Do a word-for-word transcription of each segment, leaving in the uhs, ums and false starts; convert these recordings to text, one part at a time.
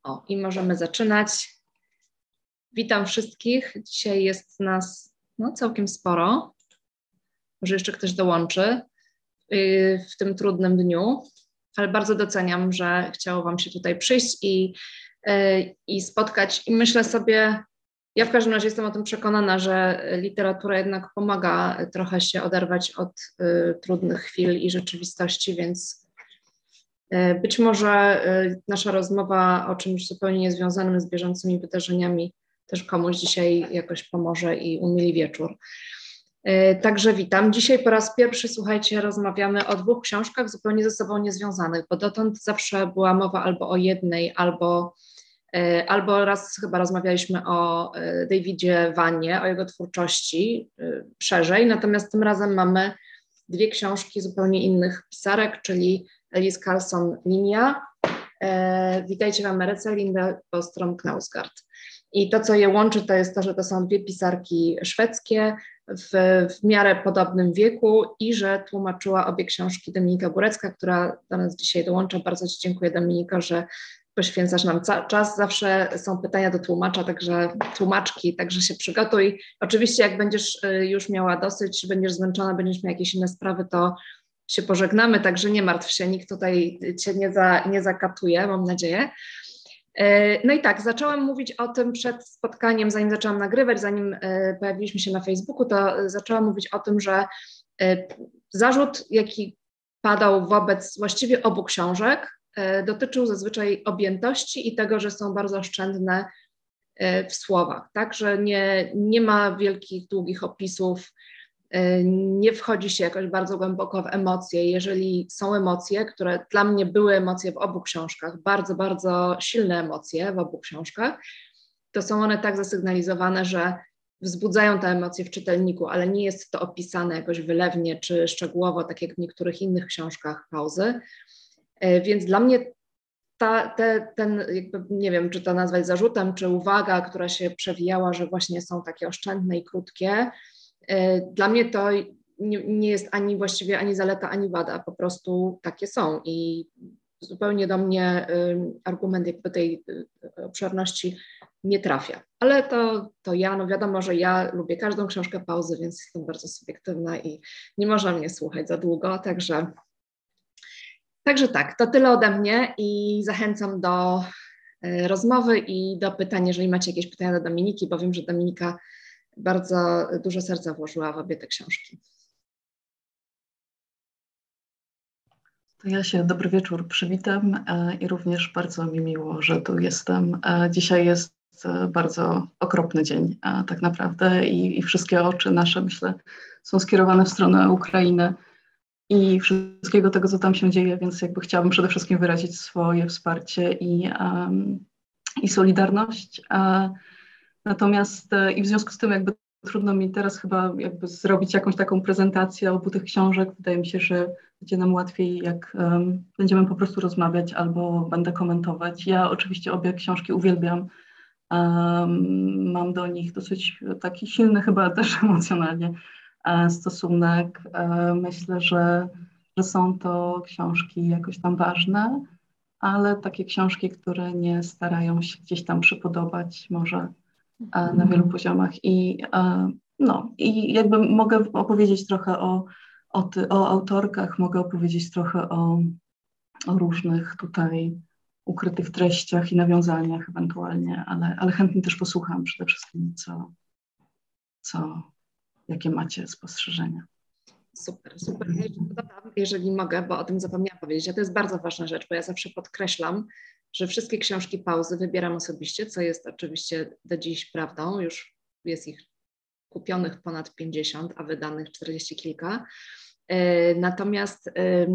O, i możemy zaczynać. Witam wszystkich. Dzisiaj jest nas no, całkiem sporo. Może jeszcze ktoś dołączy yy, w tym trudnym dniu, ale bardzo doceniam, że chciało Wam się tutaj przyjść i, yy, i spotkać. I myślę sobie, ja w każdym razie jestem o tym przekonana, że literatura jednak pomaga trochę się oderwać od yy, trudnych chwil i rzeczywistości, więc być może nasza rozmowa o czymś zupełnie niezwiązanym z bieżącymi wydarzeniami też komuś dzisiaj jakoś pomoże i umili wieczór. Także witam. Dzisiaj po raz pierwszy, słuchajcie, rozmawiamy o dwóch książkach zupełnie ze sobą niezwiązanych, bo dotąd zawsze była mowa albo o jednej, albo, albo raz chyba rozmawialiśmy o Davidzie Vannie, o jego twórczości szerzej, natomiast tym razem mamy dwie książki zupełnie innych pisarek, czyli Elise Carlson Linnea, e, Witajcie w Ameryce, Linda Bostrom-Knausgaard. I to, co je łączy, to jest to, że to są dwie pisarki szwedzkie w, w miarę podobnym wieku i że tłumaczyła obie książki Dominika Górecka, która do nas dzisiaj dołącza. Bardzo Ci dziękuję, Dominiko, że poświęcasz nam czas. Zawsze są pytania do tłumacza, także tłumaczki, także się przygotuj. Oczywiście jak będziesz już miała dosyć, będziesz zmęczona, będziesz miała jakieś inne sprawy, to się pożegnamy, także nie martw się, nikt tutaj Cię nie, za, nie zakatuje, mam nadzieję. No i tak, zaczęłam mówić o tym przed spotkaniem, zanim zaczęłam nagrywać, zanim pojawiliśmy się na Facebooku, to zaczęłam mówić o tym, że zarzut, jaki padał wobec właściwie obu książek, dotyczył zazwyczaj objętości i tego, że są bardzo oszczędne w słowach, tak, że nie, nie ma wielkich, długich opisów, nie wchodzi się jakoś bardzo głęboko w emocje. Jeżeli są emocje, które dla mnie były emocje w obu książkach, bardzo, bardzo silne emocje w obu książkach, to są one tak zasygnalizowane, że wzbudzają te emocje w czytelniku, ale nie jest to opisane jakoś wylewnie czy szczegółowo, tak jak w niektórych innych książkach Pauzy. Więc dla mnie ta, te, ten, jakby nie wiem, czy to nazwać zarzutem, czy uwaga, która się przewijała, że właśnie są takie oszczędne i krótkie, dla mnie to nie, nie jest ani właściwie ani zaleta, ani wada, po prostu takie są i zupełnie do mnie argument jakby tej obszerności nie trafia. Ale to, to ja, no wiadomo, że ja lubię każdą książkę Pauzy, więc jestem bardzo subiektywna i nie można mnie słuchać za długo, także, także tak, to tyle ode mnie i zachęcam do rozmowy i do pytań, jeżeli macie jakieś pytania do Dominiki, bo wiem, że Dominika bardzo dużo serca włożyła w obie te książki. To ja się dobry wieczór przywitam e, i również bardzo mi miło, że tu jestem. E, dzisiaj jest e, bardzo okropny dzień e, tak naprawdę i, i wszystkie oczy nasze, myślę, są skierowane w stronę Ukrainy i wszystkiego tego, co tam się dzieje, więc jakby chciałabym przede wszystkim wyrazić swoje wsparcie i, um, i solidarność. E, Natomiast e, i w związku z tym jakby trudno mi teraz chyba jakby zrobić jakąś taką prezentację obu tych książek. Wydaje mi się, że będzie nam łatwiej, jak um, będziemy po prostu rozmawiać albo będę komentować. Ja oczywiście obie książki uwielbiam. Um, mam do nich dosyć taki silny chyba też emocjonalnie e, stosunek. E, myślę, że, że są to książki jakoś tam ważne, ale takie książki, które nie starają się gdzieś tam przypodobać może na wielu poziomach i no i jakby mogę opowiedzieć trochę o, o, ty, o autorkach, mogę opowiedzieć trochę o, o różnych tutaj ukrytych treściach i nawiązaniach ewentualnie, ale, ale chętnie też posłucham przede wszystkim, co, co, jakie macie spostrzeżenia. Super, super. Dodam, jeżeli mogę, bo o tym zapomniałam powiedzieć, a to jest bardzo ważna rzecz, bo ja zawsze podkreślam, że wszystkie książki Pauzy wybieram osobiście, co jest oczywiście do dziś prawdą, już jest ich kupionych ponad pięćdziesiąt, a wydanych czterdzieści kilka. Natomiast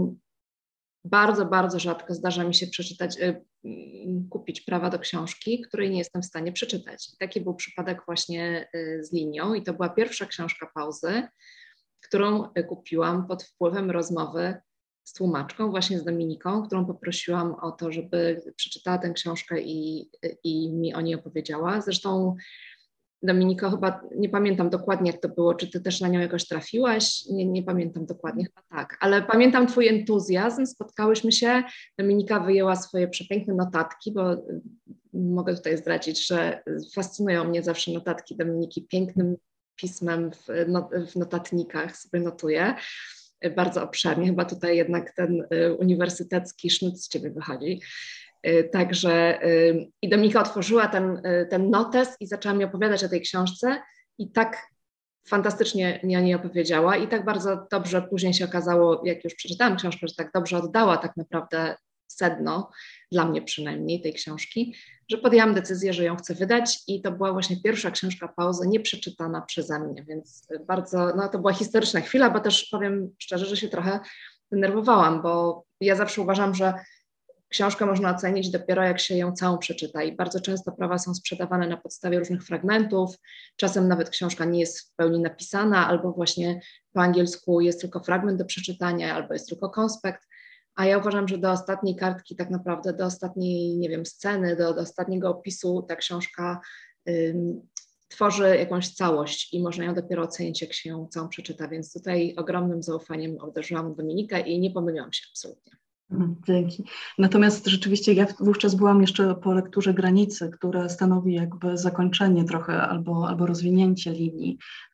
bardzo, bardzo rzadko zdarza mi się przeczytać, kupić prawa do książki, której nie jestem w stanie przeczytać. I taki był przypadek właśnie z Linią i to była pierwsza książka Pauzy, którą kupiłam pod wpływem rozmowy z tłumaczką, właśnie z Dominiką, którą poprosiłam o to, żeby przeczytała tę książkę i, i mi o niej opowiedziała. Zresztą Dominiko, chyba nie pamiętam dokładnie, jak to było, czy ty też na nią jakoś trafiłaś? Nie, nie pamiętam dokładnie, chyba tak, ale pamiętam twój entuzjazm, spotkałyśmy się, Dominika wyjęła swoje przepiękne notatki, bo mogę tutaj zdradzić, że fascynują mnie zawsze notatki Dominiki. Pięknym pismem w, not, w notatnikach sobie notuję, bardzo obszernie. Chyba tutaj jednak ten uniwersytecki sznyt z ciebie wychodzi. Także i Dominika otworzyła ten, ten notes i zaczęła mi opowiadać o tej książce i tak fantastycznie mi o niej opowiedziała i tak bardzo dobrze później się okazało, jak już przeczytałam książkę, że tak dobrze oddała tak naprawdę sedno, dla mnie przynajmniej, tej książki, że podjęłam decyzję, że ją chcę wydać i to była właśnie pierwsza książka Pauzy nieprzeczytana przeze mnie, więc bardzo, no to była historyczna chwila, bo też powiem szczerze, że się trochę denerwowałam, bo ja zawsze uważam, że książkę można ocenić dopiero jak się ją całą przeczyta i bardzo często prawa są sprzedawane na podstawie różnych fragmentów, czasem nawet książka nie jest w pełni napisana albo właśnie po angielsku jest tylko fragment do przeczytania albo jest tylko konspekt, a ja uważam, że do ostatniej kartki tak naprawdę, do ostatniej, nie wiem, sceny, do, do ostatniego opisu ta książka ym, tworzy jakąś całość i można ją dopiero ocenić, jak się ją całą przeczyta, więc tutaj ogromnym zaufaniem obdarzyłam Dominikę i nie pomyliłam się absolutnie. Dzięki. Natomiast rzeczywiście ja wówczas byłam jeszcze po lekturze Granicy, która stanowi jakby zakończenie trochę albo, albo rozwinięcie linii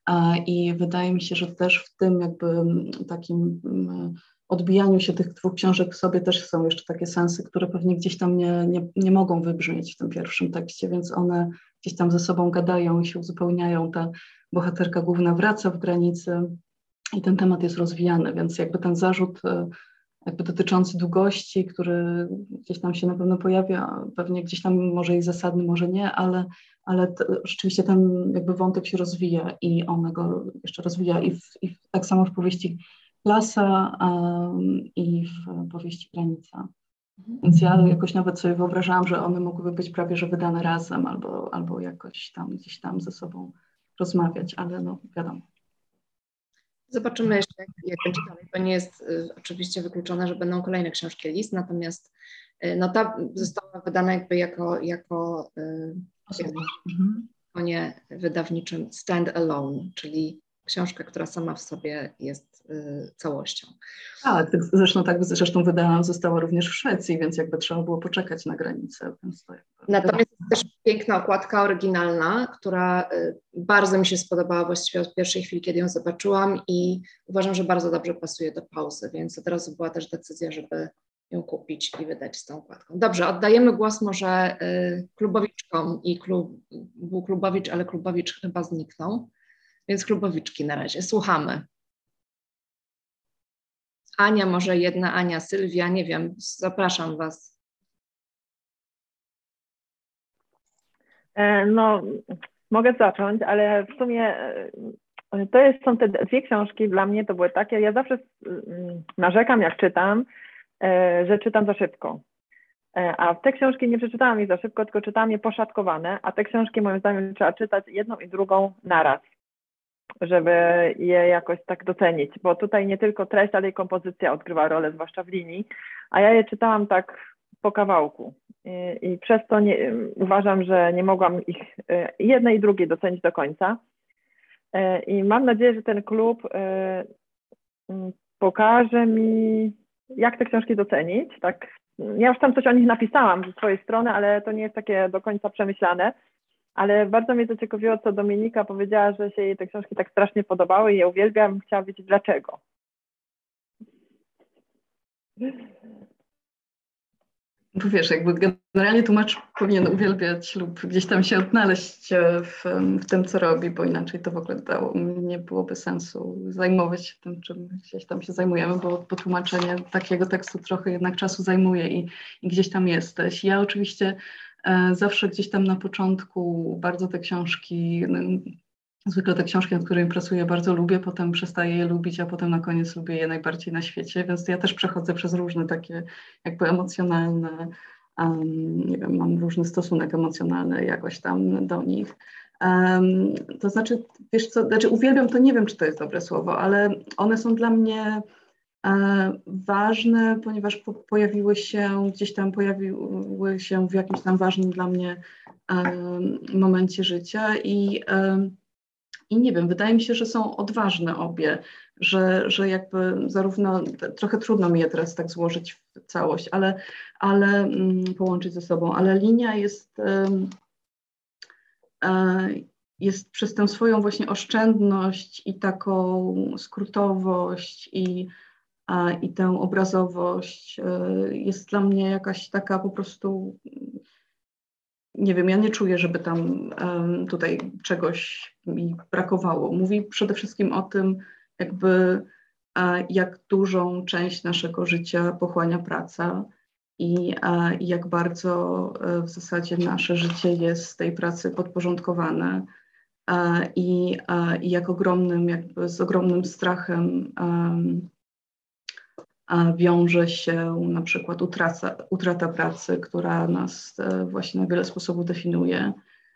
i wydaje mi się, że też w tym jakby takim odbijaniu się tych dwóch książek w sobie też są jeszcze takie sensy, które pewnie gdzieś tam nie, nie, nie mogą wybrzmieć w tym pierwszym tekście, więc one gdzieś tam ze sobą gadają i się uzupełniają. Ta bohaterka główna wraca w Granicy i ten temat jest rozwijany, więc jakby ten zarzut jakby dotyczący długości, który gdzieś tam się na pewno pojawia, pewnie gdzieś tam może jest zasadny, może nie, ale, ale t, rzeczywiście ten jakby wątek się rozwija i ona go jeszcze rozwija i, w, i w, tak samo w powieści Klasa um, i w powieści Granica. Więc ja jakoś nawet sobie wyobrażałam, że one mogłyby być prawie że wydane razem albo, albo jakoś tam gdzieś tam ze sobą rozmawiać, ale no wiadomo. Zobaczymy jeszcze, jak, jak będzie dalej. To nie jest y, oczywiście wykluczone, że będą kolejne książki list, natomiast y, no ta została wydana jakby jako, jako y, mhm. nie wydawniczym stand alone, czyli książka, która sama w sobie jest y, całością. Tak, zresztą tak zresztą wydana została również w Szwecji, więc jakby trzeba było poczekać na granicę. Więc to jakby... Natomiast jest też piękna okładka oryginalna, która y, bardzo mi się spodobała właściwie od pierwszej chwili, kiedy ją zobaczyłam i uważam, że bardzo dobrze pasuje do Pauzy, więc od razu była też decyzja, żeby ją kupić i wydać z tą okładką. Dobrze, oddajemy głos może y, klubowiczkom i klub, był klubowicz, ale klubowicz chyba zniknął, więc klubowiczki na razie. Słuchamy. Ania, może jedna Ania, Sylwia, nie wiem, zapraszam Was. No, mogę zacząć, ale w sumie to jest, są te dwie książki dla mnie, to były takie, ja zawsze narzekam, jak czytam, że czytam za szybko. A te książki nie przeczytałam ich za szybko, tylko czytałam je poszatkowane, a te książki moim zdaniem trzeba czytać jedną i drugą naraz, żeby je jakoś tak docenić, bo tutaj nie tylko treść, ale i kompozycja odgrywa rolę, zwłaszcza w linii, a ja je czytałam tak po kawałku i, i przez to nie, uważam, że nie mogłam ich jednej i drugiej docenić do końca i mam nadzieję, że ten klub pokaże mi, jak te książki docenić, tak. Ja już tam coś o nich napisałam ze swojej strony, ale to nie jest takie do końca przemyślane. Ale bardzo mnie zaciekawiło, co Dominika powiedziała, że się jej te książki tak strasznie podobały i je uwielbiam. Chciałam wiedzieć dlaczego. Bo wiesz, jakby generalnie tłumacz powinien uwielbiać lub gdzieś tam się odnaleźć w, w tym, co robi, bo inaczej to w ogóle dało, nie byłoby sensu zajmować się tym, czym gdzieś tam się zajmujemy, bo, bo tłumaczenie takiego tekstu trochę jednak czasu zajmuje i, i gdzieś tam jesteś. Ja oczywiście e, zawsze gdzieś tam na początku bardzo te książki, no, zwykle te książki, nad którymi pracuję, bardzo lubię, potem przestaję je lubić, a potem na koniec lubię je najbardziej na świecie, więc ja też przechodzę przez różne takie jakby emocjonalne, um, nie wiem, mam różny stosunek emocjonalny jakoś tam do nich. Um, to znaczy, wiesz co, znaczy uwielbiam, to nie wiem, czy to jest dobre słowo, ale one są dla mnie e, ważne, ponieważ po, pojawiły się, gdzieś tam pojawiły się w jakimś tam ważnym dla mnie um, momencie życia i um, I nie wiem, wydaje mi się, że są odważne obie. że, że jakby zarówno, trochę trudno mi je teraz tak złożyć w całość, ale, ale mm, połączyć ze sobą, ale linia jest, jest przez tę swoją właśnie oszczędność i taką skrótowość i, i tę obrazowość jest dla mnie jakaś taka po prostu, nie wiem, ja nie czuję, żeby tam tutaj czegoś mi brakowało. Mówi przede wszystkim o tym, jakby jak dużą część naszego życia pochłania praca i, i jak bardzo w zasadzie nasze życie jest z tej pracy podporządkowane i, i jak ogromnym, jakby z ogromnym strachem wiąże się na przykład utrata, utrata pracy, która nas właśnie na wiele sposobów definiuje.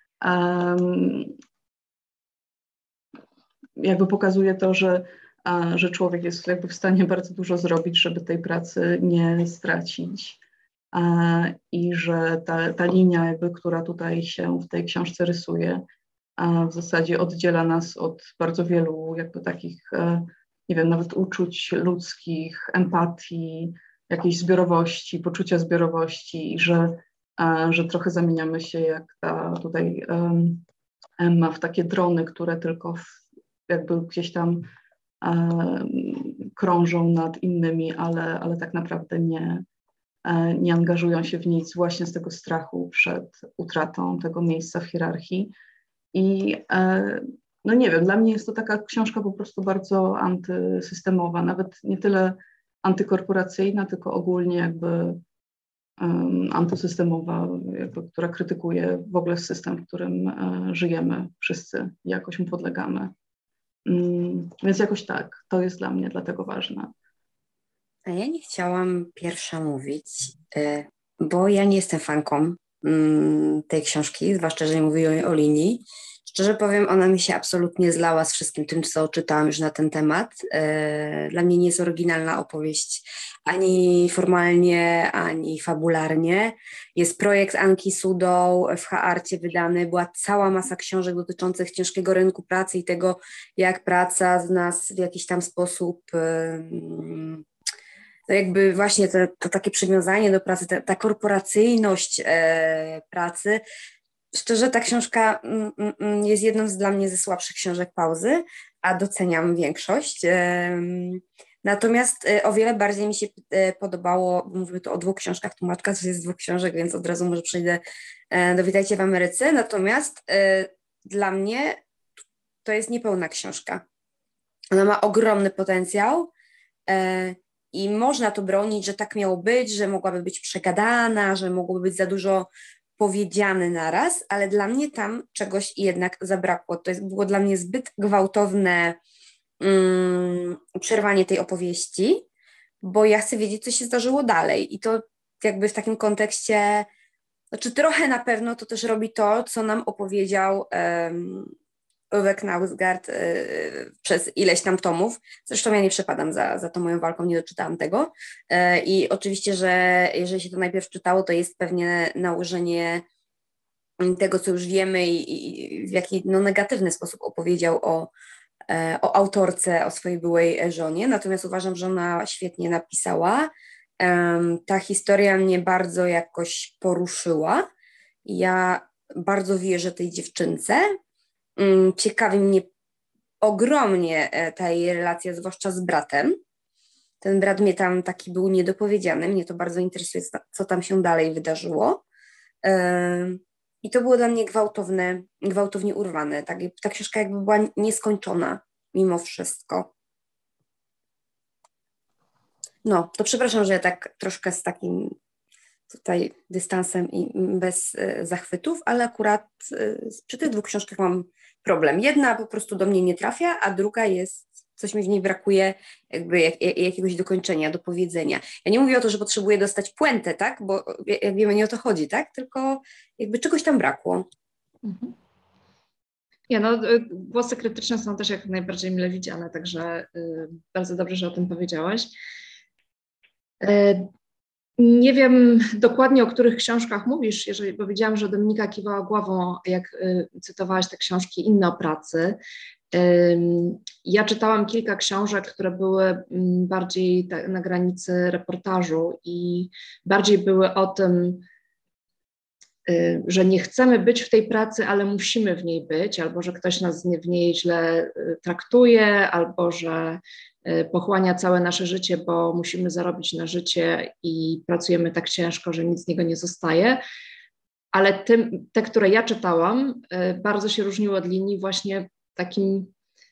Jakby pokazuje to, że, że człowiek jest jakby w stanie bardzo dużo zrobić, żeby tej pracy nie stracić. I że ta, ta linia, jakby, która tutaj się w tej książce rysuje, w zasadzie oddziela nas od bardzo wielu jakby takich, nie wiem, nawet uczuć ludzkich, empatii, jakiejś zbiorowości, poczucia zbiorowości i że, że trochę zamieniamy się jak ta tutaj Emma w takie drony, które tylko w, jakby gdzieś tam krążą nad innymi, ale, ale tak naprawdę nie, nie angażują się w nic właśnie z tego strachu przed utratą tego miejsca w hierarchii. I no nie wiem, dla mnie jest to taka książka po prostu bardzo antysystemowa, nawet nie tyle antykorporacyjna, tylko ogólnie jakby um, antysystemowa, jakby, która krytykuje w ogóle system, w którym uh, żyjemy wszyscy i jakoś mu podlegamy. Um, więc jakoś tak, to jest dla mnie dlatego ważne. A ja nie chciałam pierwsza mówić, bo ja nie jestem fanką tej książki, zwłaszcza jeżeli mówię o linii. Szczerze powiem, ona mi się absolutnie zlała z wszystkim tym, co czytałam już na ten temat. Dla mnie nie jest oryginalna opowieść ani formalnie, ani fabularnie. Jest projekt Anki Sudoł w H-Arcie wydany, była cała masa książek dotyczących ciężkiego rynku pracy i tego, jak praca z nas w jakiś tam sposób... To jakby właśnie to, to takie przywiązanie do pracy, ta, ta korporacyjność e, pracy. Szczerze, ta książka mm, mm, jest jedną z dla mnie ze słabszych książek Pauzy, a doceniam większość. E, natomiast e, o wiele bardziej mi się e, podobało, mówimy tu o dwóch książkach, tłumaczka to jest z dwóch książek, więc od razu może przejdę e, do Witajcie w Ameryce. Natomiast e, dla mnie to jest niepełna książka. Ona ma ogromny potencjał. E, I można to bronić, że tak miało być, że mogłaby być przegadana, że mogłoby być za dużo powiedziane naraz, ale dla mnie tam czegoś jednak zabrakło. To jest, było dla mnie zbyt gwałtowne um, przerwanie tej opowieści, bo ja chcę wiedzieć, co się zdarzyło dalej. I to jakby w takim kontekście, znaczy trochę na pewno to też robi to, co nam opowiedział um, Uwe Knausgaard y, przez ileś tam tomów. Zresztą ja nie przepadam za, za tą moją walką, nie doczytałam tego. Y, I oczywiście, że jeżeli się to najpierw czytało, to jest pewnie nałożenie tego, co już wiemy i, i w jaki no, negatywny sposób opowiedział o, y, o autorce, o swojej byłej żonie. Natomiast uważam, że ona świetnie napisała. Y, ta historia mnie bardzo jakoś poruszyła. Ja bardzo wierzę tej dziewczynce. Ciekawi mnie ogromnie ta jej relacja, zwłaszcza z bratem. Ten brat mnie tam taki był niedopowiedziany, mnie to bardzo interesuje, co tam się dalej wydarzyło. I to było dla mnie gwałtowne, gwałtownie urwane. Tak, ta książka jakby była nieskończona mimo wszystko. No, to przepraszam, że ja tak troszkę z takim tutaj dystansem i bez zachwytów, ale akurat przy tych dwóch książkach mam problem. Jedna po prostu do mnie nie trafia, a druga jest, coś mi w niej brakuje, jakby jak, jakiegoś dokończenia, dopowiedzenia. Ja nie mówię o to, że potrzebuję dostać puentę, tak, bo jak wiemy, nie o to chodzi, tak, tylko jakby czegoś tam brakło. Mhm. Nie, no głosy krytyczne są też jak najbardziej mile widziane, także y, bardzo dobrze, że o tym powiedziałaś. Y, Nie wiem dokładnie, o których książkach mówisz, jeżeli powiedziałam, że Dominika kiwała głową, jak y, cytowałaś te książki inne o pracy. Ja czytałam kilka książek, które były bardziej na granicy reportażu i bardziej były o tym, że nie chcemy być w tej pracy, ale musimy w niej być, albo że ktoś nas w niej źle traktuje, albo że pochłania całe nasze życie, bo musimy zarobić na życie i pracujemy tak ciężko, że nic z niego nie zostaje. Ale tym, te, które ja czytałam, bardzo się różniły od linii właśnie takim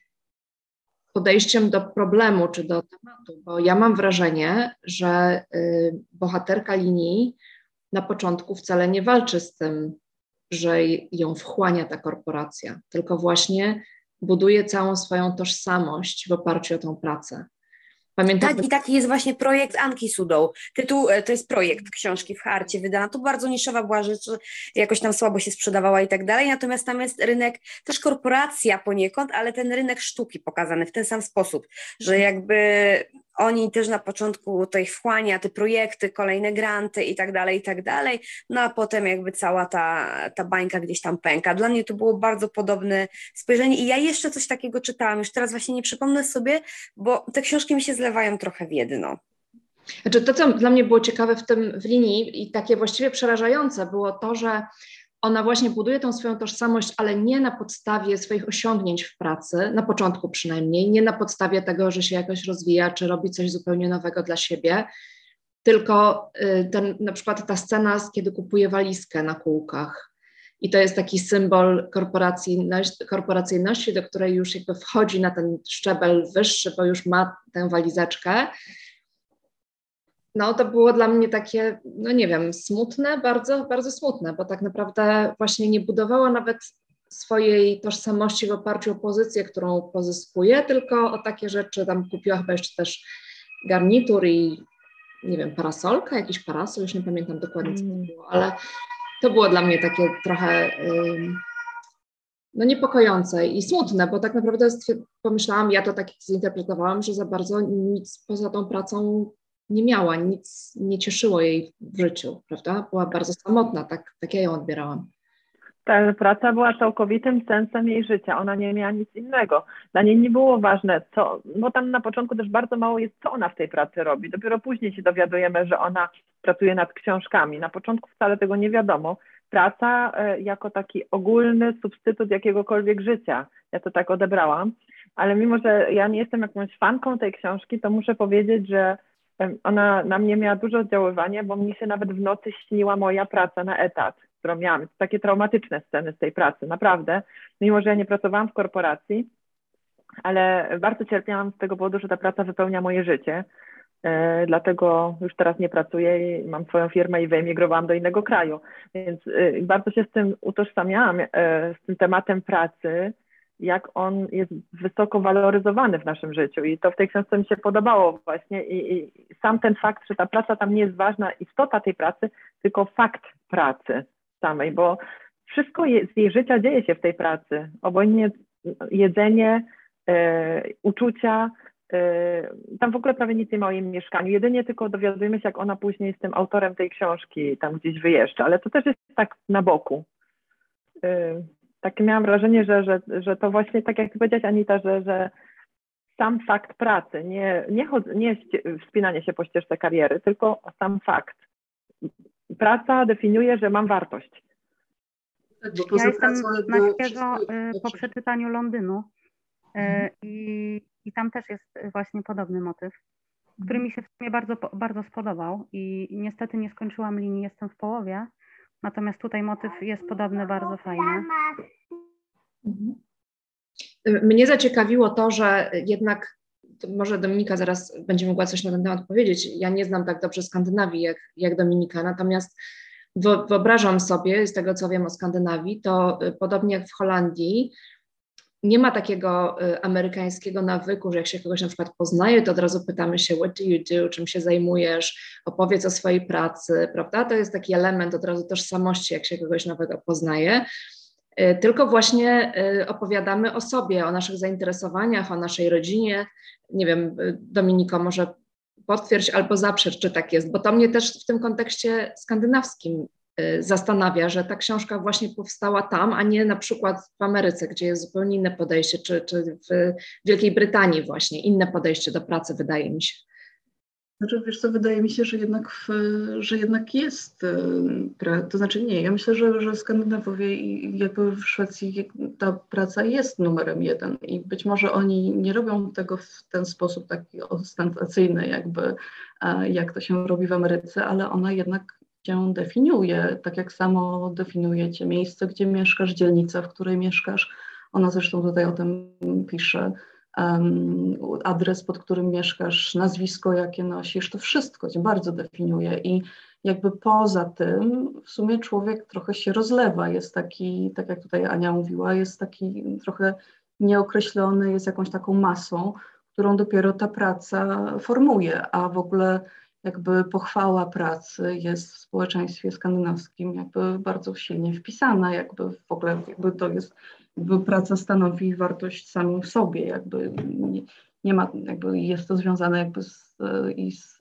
podejściem do problemu czy do tematu, bo ja mam wrażenie, że bohaterka linii na początku wcale nie walczy z tym, że ją wchłania ta korporacja, tylko właśnie buduje całą swoją tożsamość w oparciu o tą pracę. Pamiętam, tak, i taki jest właśnie projekt Anki Sudoł. Tytuł, to jest projekt książki w Harcie wydana. To bardzo niszowa była rzecz, jakoś tam słabo się sprzedawała i tak dalej, natomiast tam jest rynek, też korporacja poniekąd, ale ten rynek sztuki pokazany w ten sam sposób, że jakby oni też na początku to ich wchłania, te projekty, kolejne granty i tak dalej, i tak dalej, no a potem jakby cała ta, ta bańka gdzieś tam pęka. Dla mnie to było bardzo podobne spojrzenie i ja jeszcze coś takiego czytałam, już teraz właśnie nie przypomnę sobie, bo te książki mi się zlewają trochę w jedno. Znaczy to, co dla mnie było ciekawe w tym w linii i takie właściwie przerażające, było to, że ona właśnie buduje tą swoją tożsamość, ale nie na podstawie swoich osiągnięć w pracy, na początku przynajmniej, nie na podstawie tego, że się jakoś rozwija, czy robi coś zupełnie nowego dla siebie, tylko ten, na przykład ta scena, kiedy kupuje walizkę na kółkach. I to jest taki symbol korporacyjności, korporacyjności, do której już jakby wchodzi na ten szczebel wyższy, bo już ma tę walizeczkę. No to było dla mnie takie, no nie wiem, smutne, bardzo, bardzo smutne, bo tak naprawdę właśnie nie budowała nawet swojej tożsamości w oparciu o pozycję, którą pozyskuje, tylko o takie rzeczy, tam kupiła chyba jeszcze też garnitur i nie wiem, parasolka, jakiś parasol, już nie pamiętam dokładnie, co to było, ale to było dla mnie takie trochę no niepokojące i smutne, bo tak naprawdę pomyślałam, ja to tak zinterpretowałam, że za bardzo nic poza tą pracą nie miała, nic nie cieszyło jej w życiu, prawda? Była bardzo samotna, tak, tak ja ją odbierałam. Ta praca była całkowitym sensem jej życia, ona nie miała nic innego. Dla niej nie było ważne, co, bo tam na początku też bardzo mało jest, co ona w tej pracy robi. Dopiero później się dowiadujemy, że ona pracuje nad książkami. Na początku wcale tego nie wiadomo. Praca e, jako taki ogólny substytut jakiegokolwiek życia. Ja to tak odebrałam, ale mimo, że ja nie jestem jakąś fanką tej książki, to muszę powiedzieć, że ona na mnie miała duże oddziaływanie, bo mi się nawet w nocy śniła moja praca na etat, którą miałam. To takie traumatyczne sceny z tej pracy, naprawdę. Mimo, że ja nie pracowałam w korporacji, ale bardzo cierpiałam z tego powodu, że ta praca wypełnia moje życie. E, dlatego już teraz nie pracuję i mam swoją firmę i wyemigrowałam do innego kraju. Więc e, bardzo się z tym utożsamiałam, e, z tym tematem pracy, jak on jest wysoko waloryzowany w naszym życiu i to w tej książce mi się podobało właśnie i, i sam ten fakt, że ta praca tam nie jest ważna, istota tej pracy, tylko fakt pracy samej, bo wszystko je, z jej życia dzieje się w tej pracy, obojętnie jedzenie, e, uczucia, e, tam w ogóle prawie nic nie ma o jej mieszkaniu, jedynie tylko dowiadujemy się, jak ona później z tym autorem tej książki tam gdzieś wyjeżdża, ale to też jest tak na boku. E, Takie miałam wrażenie, że, że, że to właśnie tak jak ty powiedziałaś, Anita, że, że sam fakt pracy, nie, nie, chod, nie wspinanie się po ścieżce kariery, tylko sam fakt. Praca definiuje, że mam wartość. Tak, bo poza ja jestem pracą na świeżo y, po przeczytaniu Londynu y, mhm. i, i tam też jest właśnie podobny motyw, który mi się w sumie bardzo, bardzo spodobał i niestety nie skończyłam linii, jestem w połowie. Natomiast tutaj motyw jest podobny, bardzo fajny. Mnie zaciekawiło to, że jednak, to może Dominika zaraz będzie mogła coś na ten temat powiedzieć, ja nie znam tak dobrze Skandynawii jak, jak Dominika, natomiast wyobrażam sobie, z tego co wiem o Skandynawii, to podobnie jak w Holandii, nie ma takiego amerykańskiego nawyku, że jak się kogoś na przykład poznaje, to od razu pytamy się, what do you do, czym się zajmujesz, opowiedz o swojej pracy, prawda? To jest taki element od razu tożsamości, jak się kogoś nowego poznaje. Tylko właśnie opowiadamy o sobie, o naszych zainteresowaniach, o naszej rodzinie. Nie wiem, Dominiko, może potwierdź albo zaprzecz, czy tak jest, bo to mnie też w tym kontekście skandynawskim zastanawia, że ta książka właśnie powstała tam, a nie na przykład w Ameryce, gdzie jest zupełnie inne podejście, czy, czy w Wielkiej Brytanii właśnie inne podejście do pracy, wydaje mi się. Znaczy, wiesz co, wydaje mi się, że jednak, w, że jednak jest, to znaczy nie, ja myślę, że, że w Skandynawowie i jakby w Szwecji ta praca jest numerem jeden i być może oni nie robią tego w ten sposób taki ostentacyjny jakby, jak to się robi w Ameryce, ale ona jednak cię definiuje, tak jak samo definiuje cię miejsce, gdzie mieszkasz, dzielnica, w której mieszkasz. Ona zresztą tutaj o tym pisze. Um, adres, pod którym mieszkasz, nazwisko, jakie nosisz, to wszystko cię bardzo definiuje i jakby poza tym w sumie człowiek trochę się rozlewa, jest taki, tak jak tutaj Ania mówiła, jest taki trochę nieokreślony, jest jakąś taką masą, którą dopiero ta praca formuje, a w ogóle jakby pochwała pracy jest w społeczeństwie skandynawskim jakby bardzo silnie wpisana, jakby w ogóle jakby to jest, jakby praca stanowi wartość samą w sobie, jakby nie, nie ma, jakby jest to związane jakby z, i z,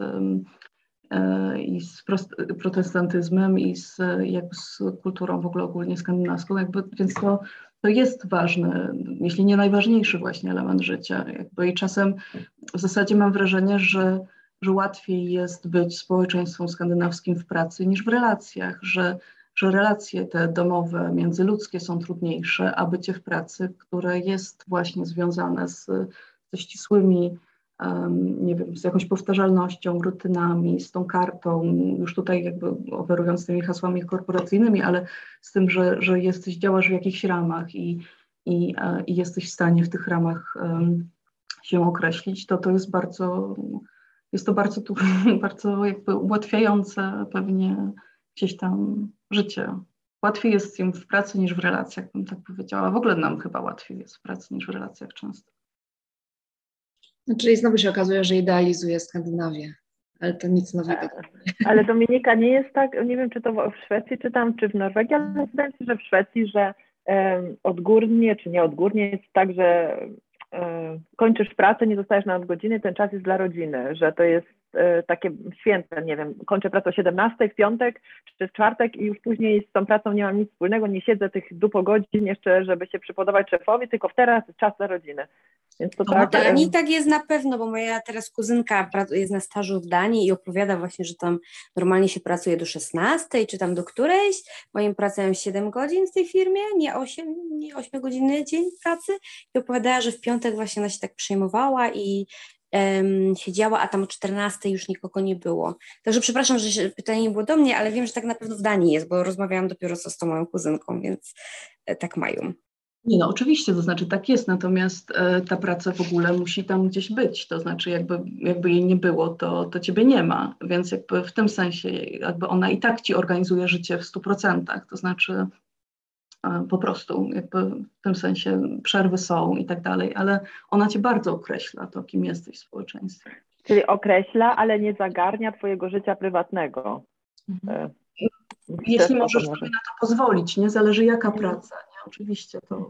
i z protestantyzmem i z, jakby z kulturą w ogóle ogólnie skandynawską, jakby, więc to, to jest ważny, jeśli nie najważniejszy właśnie element życia, jakby i czasem w zasadzie mam wrażenie, że że łatwiej jest być społeczeństwem skandynawskim w pracy niż w relacjach, że, że relacje te domowe, międzyludzkie są trudniejsze, a bycie w pracy, które jest właśnie związane z, ze ścisłymi, um, nie wiem, z jakąś powtarzalnością, rutynami, z tą kartą, już tutaj jakby operując tymi hasłami korporacyjnymi, ale z tym, że, że jesteś, działasz w jakichś ramach i, i, i jesteś w stanie w tych ramach um, się określić, to to jest bardzo... Jest to bardzo, bardzo jakby ułatwiające pewnie gdzieś tam życie. Łatwiej jest im w pracy niż w relacjach, bym tak powiedziała. W ogóle nam chyba łatwiej jest w pracy niż w relacjach często. No, czyli znowu się okazuje, że idealizuje Skandynawię, ale to nic nowego. Ale Dominika, nie jest tak, nie wiem czy to w Szwecji czytam, czy w Norwegii, ale wydaje mi się, że w Szwecji, że um, odgórnie czy nieodgórnie jest tak, że kończysz pracę, nie zostajesz na odgodziny, ten czas jest dla rodziny, że to jest takie święte, nie wiem, kończę pracę o siedemnastej w piątek czy w czwartek i już później z tą pracą nie mam nic wspólnego, nie siedzę tych dupo godzin jeszcze, żeby się przypodobać szefowi, tylko teraz jest czas dla rodziny. Więc to tak, w Danii tak jest na pewno, bo moja teraz kuzynka jest na stażu w Danii i opowiada właśnie, że tam normalnie się pracuje do szesnastej, czy tam do którejś, moim pracują siedem godzin w tej firmie, nie osiem, nie osiem godziny dzień pracy i opowiadała, że w piątek właśnie ona się tak przejmowała i um, siedziała, a tam o czternastej już nikogo nie było. Także przepraszam, że pytanie nie było do mnie, ale wiem, że tak na pewno w Danii jest, bo rozmawiałam dopiero co z tą moją kuzynką, więc e, tak mają. Nie, no oczywiście, to znaczy tak jest, natomiast e, ta praca w ogóle musi tam gdzieś być, to znaczy jakby, jakby jej nie było, to, to ciebie nie ma, więc jakby w tym sensie jakby ona i tak ci organizuje życie w stu procentach, to znaczy e, po prostu jakby w tym sensie przerwy są i tak dalej, ale ona cię bardzo określa to, kim jesteś w społeczeństwie. Czyli określa, ale nie zagarnia twojego życia prywatnego. Mhm. Jeśli możesz sobie na to pozwolić, nie zależy jaka praca, nie? Oczywiście to...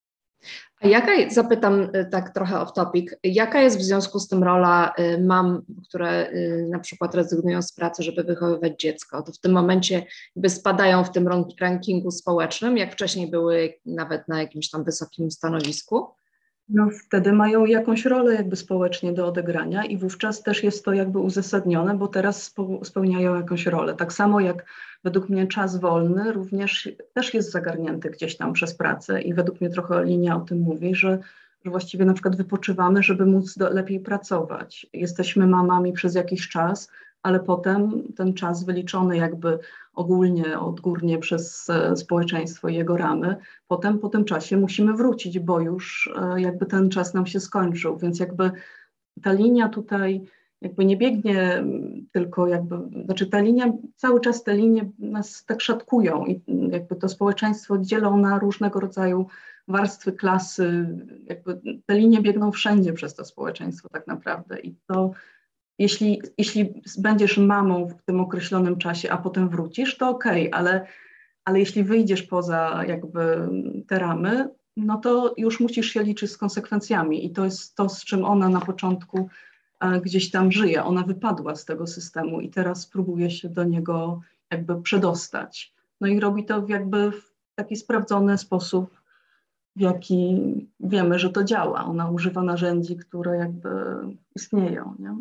A jaka, zapytam tak trochę off topic, jaka jest w związku z tym rola mam, które na przykład rezygnują z pracy, żeby wychowywać dziecko? To w tym momencie jakby spadają w tym rankingu społecznym, jak wcześniej były nawet na jakimś tam wysokim stanowisku? No wtedy mają jakąś rolę jakby społecznie do odegrania i wówczas też jest to jakby uzasadnione, bo teraz spełniają jakąś rolę. Tak samo jak według mnie czas wolny również też jest zagarnięty gdzieś tam przez pracę i według mnie trochę linia o tym mówi, że, że właściwie na przykład wypoczywamy, żeby móc do, lepiej pracować. Jesteśmy mamami przez jakiś czas, ale potem ten czas wyliczony jakby ogólnie, odgórnie przez e, społeczeństwo i jego ramy, potem po tym czasie musimy wrócić, bo już e, jakby ten czas nam się skończył, więc jakby ta linia tutaj jakby nie biegnie tylko jakby, znaczy ta linia, cały czas te linie nas tak szatkują i jakby to społeczeństwo dzielą na różnego rodzaju warstwy, klasy, jakby te linie biegną wszędzie przez to społeczeństwo tak naprawdę i to Jeśli, jeśli będziesz mamą w tym określonym czasie, a potem wrócisz, to okej, okay, ale, ale jeśli wyjdziesz poza jakby te ramy, no to już musisz się liczyć z konsekwencjami i to jest to, z czym ona na początku e, gdzieś tam żyje. Ona wypadła z tego systemu i teraz próbuje się do niego jakby przedostać. No i robi to w jakby w taki sprawdzony sposób, w jaki wiemy, że to działa. Ona używa narzędzi, które jakby istnieją, nie?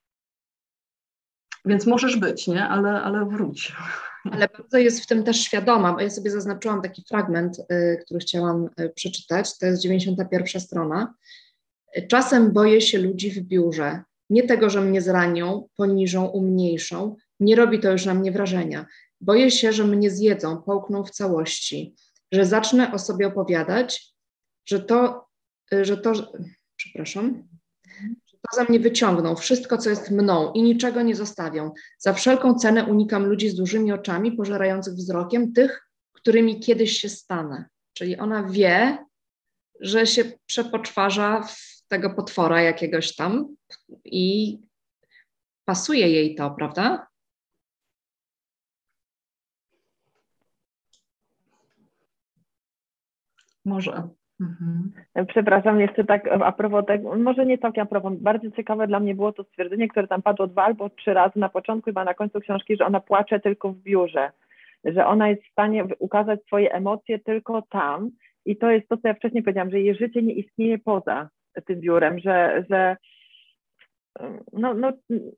Więc możesz być, nie? Ale, ale wróć. Ale bardzo jest w tym też świadoma, bo ja sobie zaznaczyłam taki fragment, y, który chciałam y, przeczytać, to jest dziewięćdziesiąta pierwsza strona. Czasem boję się ludzi w biurze. Nie tego, że mnie zranią, poniżą, umniejszą. Nie robi to już na mnie wrażenia. Boję się, że mnie zjedzą, połkną w całości. Że zacznę o sobie opowiadać, że to, że to, przepraszam, że to za mnie wyciągną wszystko, co jest mną i niczego nie zostawią. Za wszelką cenę unikam ludzi z dużymi oczami, pożerających wzrokiem tych, którymi kiedyś się stanę. Czyli ona wie, że się przepoczwarza w tego potwora jakiegoś tam i pasuje jej to, prawda? Może. Mhm. Przepraszam, jeszcze tak a propos tego, może nie całkiem a propos, bardzo ciekawe dla mnie było to stwierdzenie, które tam padło dwa albo trzy razy na początku, chyba na końcu książki, że ona płacze tylko w biurze, że ona jest w stanie ukazać swoje emocje tylko tam i to jest to, co ja wcześniej powiedziałam, że jej życie nie istnieje poza tym biurem, że, że no, no,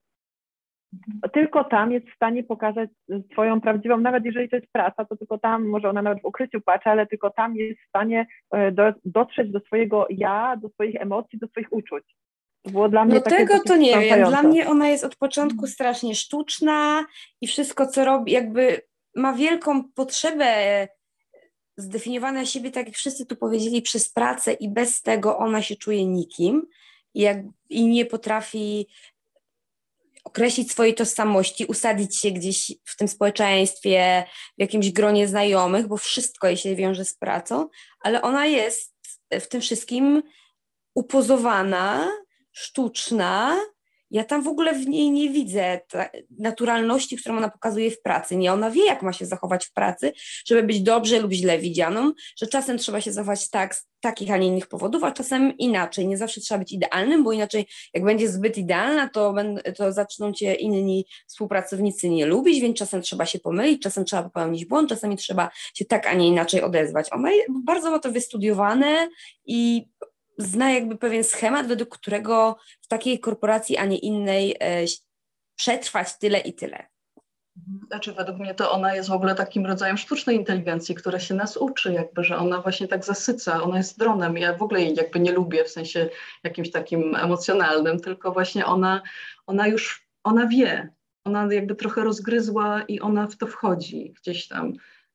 tylko tam jest w stanie pokazać swoją prawdziwą, nawet jeżeli to jest praca, to tylko tam, może ona nawet w ukryciu płacze, ale tylko tam jest w stanie do, dotrzeć do swojego ja, do swoich emocji, do swoich uczuć. To było dla mnie No takie tego to nie wiem, dla wstrząsające. mnie ona jest od początku strasznie sztuczna i wszystko, co robi, jakby ma wielką potrzebę zdefiniowania siebie, tak jak wszyscy tu powiedzieli, przez pracę i bez tego ona się czuje nikim i, jak, i nie potrafi określić swojej tożsamości, usadzić się gdzieś w tym społeczeństwie, w jakimś gronie znajomych, bo wszystko jej się wiąże z pracą, ale ona jest w tym wszystkim upozowana, sztuczna. Ja tam w ogóle w niej nie widzę naturalności, którą ona pokazuje w pracy. Nie, ona wie, jak ma się zachować w pracy, żeby być dobrze lub źle widzianą, że czasem trzeba się zachować tak, z takich, a nie innych powodów, a czasem inaczej. Nie zawsze trzeba być idealnym, bo inaczej jak będzie zbyt idealna, to, to zaczną cię inni współpracownicy nie lubić, więc czasem trzeba się pomylić, czasem trzeba popełnić błąd, czasami trzeba się tak, a nie inaczej odezwać. Ona bardzo ma to wystudiowane i zna jakby pewien schemat, według którego w takiej korporacji, a nie innej e, przetrwać tyle i tyle. Znaczy według mnie to ona jest w ogóle takim rodzajem sztucznej inteligencji, która się nas uczy, jakby, że ona właśnie tak zasyca, ona jest dronem. Ja w ogóle jej jakby nie lubię w sensie jakimś takim emocjonalnym, tylko właśnie ona, ona już, ona wie, ona jakby trochę rozgryzła i ona w to wchodzi gdzieś tam.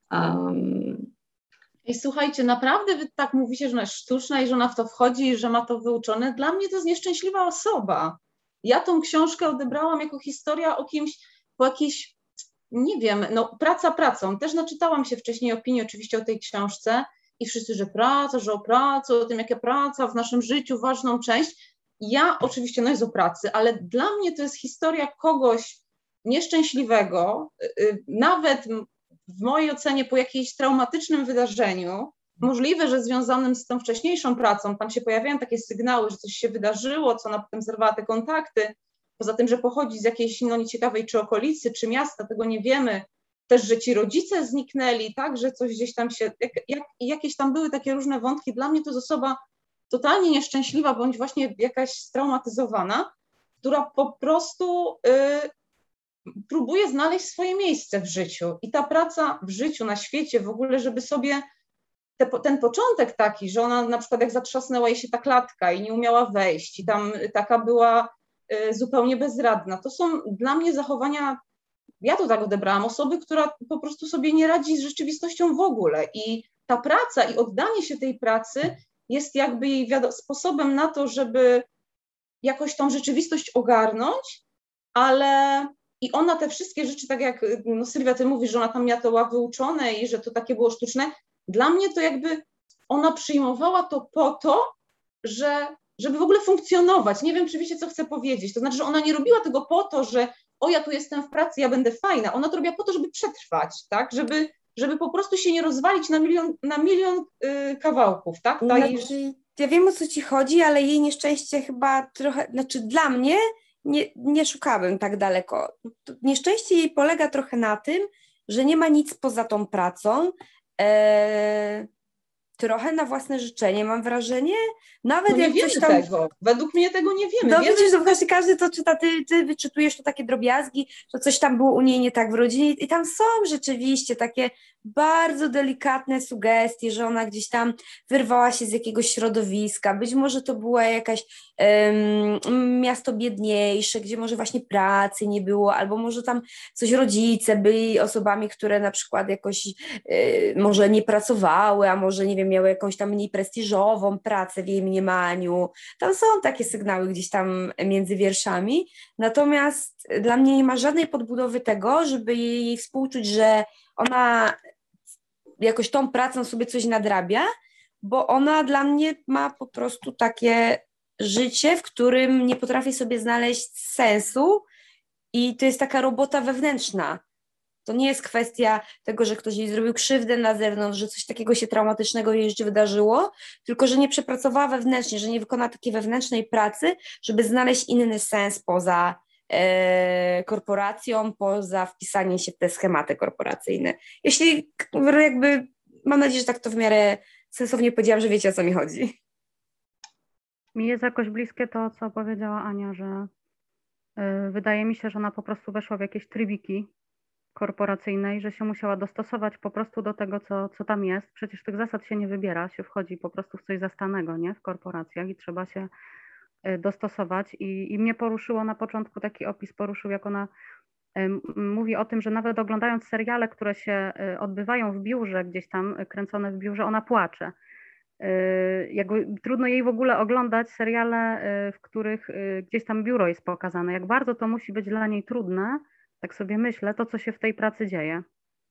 Um, I słuchajcie, naprawdę wy tak mówicie, że ona jest sztuczna i że ona w to wchodzi i że ma to wyuczone. Dla mnie to jest nieszczęśliwa osoba. Ja tą książkę odebrałam jako historia o kimś, po jakiejś, nie wiem, no praca pracą. Też naczytałam się wcześniej opinii oczywiście o tej książce i wszyscy, że praca, że o pracy, o tym, jaka praca w naszym życiu, ważną część. Ja oczywiście, no jest o pracy, ale dla mnie to jest historia kogoś nieszczęśliwego, nawet w mojej ocenie po jakimś traumatycznym wydarzeniu, możliwe, że związanym z tą wcześniejszą pracą, tam się pojawiają takie sygnały, że coś się wydarzyło, co ona potem zerwała te kontakty, poza tym, że pochodzi z jakiejś no, nieciekawej czy okolicy, czy miasta, tego nie wiemy, też, że ci rodzice zniknęli, tak, że coś gdzieś tam się, jak, jak, jakieś tam były takie różne wątki. Dla mnie to jest osoba totalnie nieszczęśliwa, bądź właśnie jakaś straumatyzowana, która po prostu y, próbuje znaleźć swoje miejsce w życiu. I ta praca w życiu, na świecie w ogóle, żeby sobie te, ten początek taki, że ona na przykład jak zatrzasnęła jej się ta klatka i nie umiała wejść i tam taka była y, zupełnie bezradna, to są dla mnie zachowania, ja to tak odebrałam, osoby, która po prostu sobie nie radzi z rzeczywistością w ogóle i ta praca i oddanie się tej pracy jest jakby jej sposobem na to, żeby jakoś tą rzeczywistość ogarnąć, ale i ona te wszystkie rzeczy, tak jak no Sylwia, ty mówisz, że ona tam miała to wyuczone i że to takie było sztuczne, dla mnie to jakby ona przyjmowała to po to, że, żeby w ogóle funkcjonować. Nie wiem, czy wiecie, co chcę powiedzieć. To znaczy, że ona nie robiła tego po to, że o, ja tu jestem w pracy, ja będę fajna. Ona to robiła po to, żeby przetrwać, tak? Żeby, żeby po prostu się nie rozwalić na milion, na milion yy, kawałków, tak? Ta znaczy, jej... Ja wiem, o co ci chodzi, ale jej nieszczęście chyba trochę, znaczy dla mnie nie, nie szukałabym tak daleko. Nieszczęście jej polega trochę na tym, że nie ma nic poza tą pracą, e, trochę na własne życzenie, mam wrażenie. Nawet No nie jak wiemy coś tam... tego. Według mnie tego nie wiemy. No wiemy, widzisz, no właśnie każdy to czyta, ty, ty wyczytujesz to takie drobiazgi, że coś tam było u niej nie tak w rodzinie i tam są rzeczywiście takie bardzo delikatne sugestie, że ona gdzieś tam wyrwała się z jakiegoś środowiska, być może to była jakaś um, miasto biedniejsze, gdzie może właśnie pracy nie było, albo może tam coś rodzice byli osobami, które na przykład jakoś y, może nie pracowały, a może nie wiem, miały jakąś tam mniej prestiżową pracę w jej mniemaniu. Tam są takie sygnały gdzieś tam między wierszami, natomiast dla mnie nie ma żadnej podbudowy tego, żeby jej współczuć, że ona jakoś tą pracą sobie coś nadrabia, bo ona dla mnie ma po prostu takie życie, w którym nie potrafi sobie znaleźć sensu i to jest taka robota wewnętrzna. To nie jest kwestia tego, że ktoś jej zrobił krzywdę na zewnątrz, że coś takiego się traumatycznego w jej życiu wydarzyło, tylko że nie przepracowała wewnętrznie, że nie wykona takiej wewnętrznej pracy, żeby znaleźć inny sens poza e, korporacją, poza wpisaniem się w te schematy korporacyjne. Jeśli jakby, mam nadzieję, że tak to w miarę sensownie powiedziałam, że wiecie, o co mi chodzi. Mi jest jakoś bliskie to, co powiedziała Ania, że y, wydaje mi się, że ona po prostu weszła w jakieś trybiki korporacyjnej, że się musiała dostosować po prostu do tego, co, co tam jest. Przecież tych zasad się nie wybiera, się wchodzi po prostu w coś zastanego, nie? W korporacjach i trzeba się dostosować. I, i mnie poruszyło na początku, taki opis poruszył, jak ona um, mówi o tym, że nawet oglądając seriale, które się odbywają w biurze, gdzieś tam kręcone w biurze, ona płacze. Jakby trudno jej w ogóle oglądać seriale, w których gdzieś tam biuro jest pokazane. Jak bardzo to musi być dla niej trudne, tak sobie myślę, to co się w tej pracy dzieje.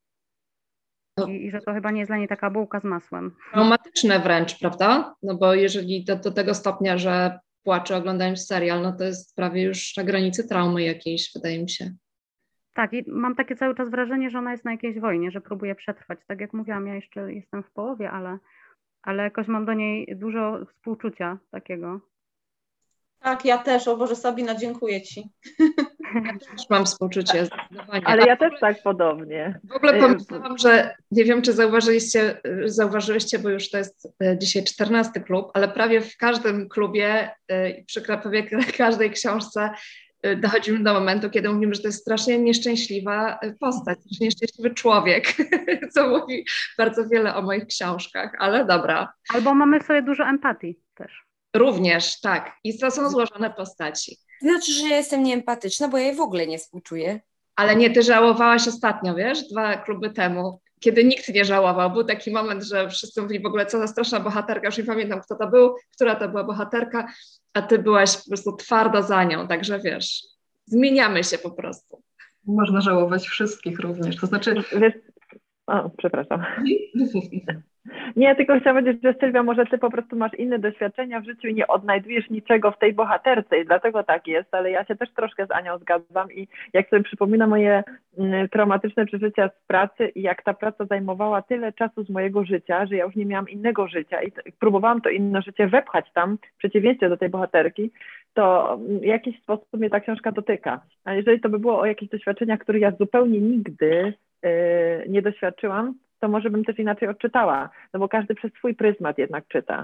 I, i że to chyba nie jest dla niej taka bułka z masłem. Traumatyczne wręcz, prawda? No bo jeżeli do, do tego stopnia, że płacze oglądając serial, no to jest prawie już na granicy traumy jakiejś, wydaje mi się. Tak, i mam takie cały czas wrażenie, że ona jest na jakiejś wojnie, że próbuje przetrwać. Tak jak mówiłam, ja jeszcze jestem w połowie, ale, ale jakoś mam do niej dużo współczucia takiego. Tak, ja też. O Boże, Sabina, dziękuję Ci. Ja też mam współczucie, zdecydowanie. Ale ja A w ogóle, też tak podobnie. w ogóle pomyślałam, że nie wiem, czy zauważyliście, zauważyliście, bo już to jest dzisiaj czternasty klub, ale prawie w każdym klubie, przy prawie każdej książce dochodzimy do momentu, kiedy mówimy, że to jest strasznie nieszczęśliwa postać, nieszczęśliwy człowiek, co mówi bardzo wiele o moich książkach, ale dobra. Albo mamy w sobie dużo empatii też. Również, tak. I to są złożone postaci. Znaczy, że ja jestem nieempatyczna, bo ja jej w ogóle nie współczuję. Ale nie, ty żałowałaś ostatnio, wiesz, dwa kluby temu, kiedy nikt nie żałował. Był taki moment, że wszyscy mówili w ogóle, co za straszna bohaterka, już nie pamiętam, kto to był, która to była bohaterka, a ty byłaś po prostu twarda za nią, także wiesz, zmieniamy się po prostu. Można żałować wszystkich również, to znaczy... Wiesz, o, przepraszam. Nie, tylko chciałam powiedzieć, że Sylwia, może ty po prostu masz inne doświadczenia w życiu i nie odnajdujesz niczego w tej bohaterce i dlatego tak jest, ale ja się też troszkę z Anią zgadzam i jak sobie przypominam moje mm, traumatyczne przeżycia z pracy i jak ta praca zajmowała tyle czasu z mojego życia, że ja już nie miałam innego życia i t- próbowałam to inne życie wepchać tam, w przeciwieństwie do tej bohaterki, to w jakiś sposób mnie ta książka dotyka. A jeżeli to by było o jakichś doświadczeniach, których ja zupełnie nigdy yy, nie doświadczyłam, to może bym też inaczej odczytała, no bo każdy przez swój pryzmat jednak czyta.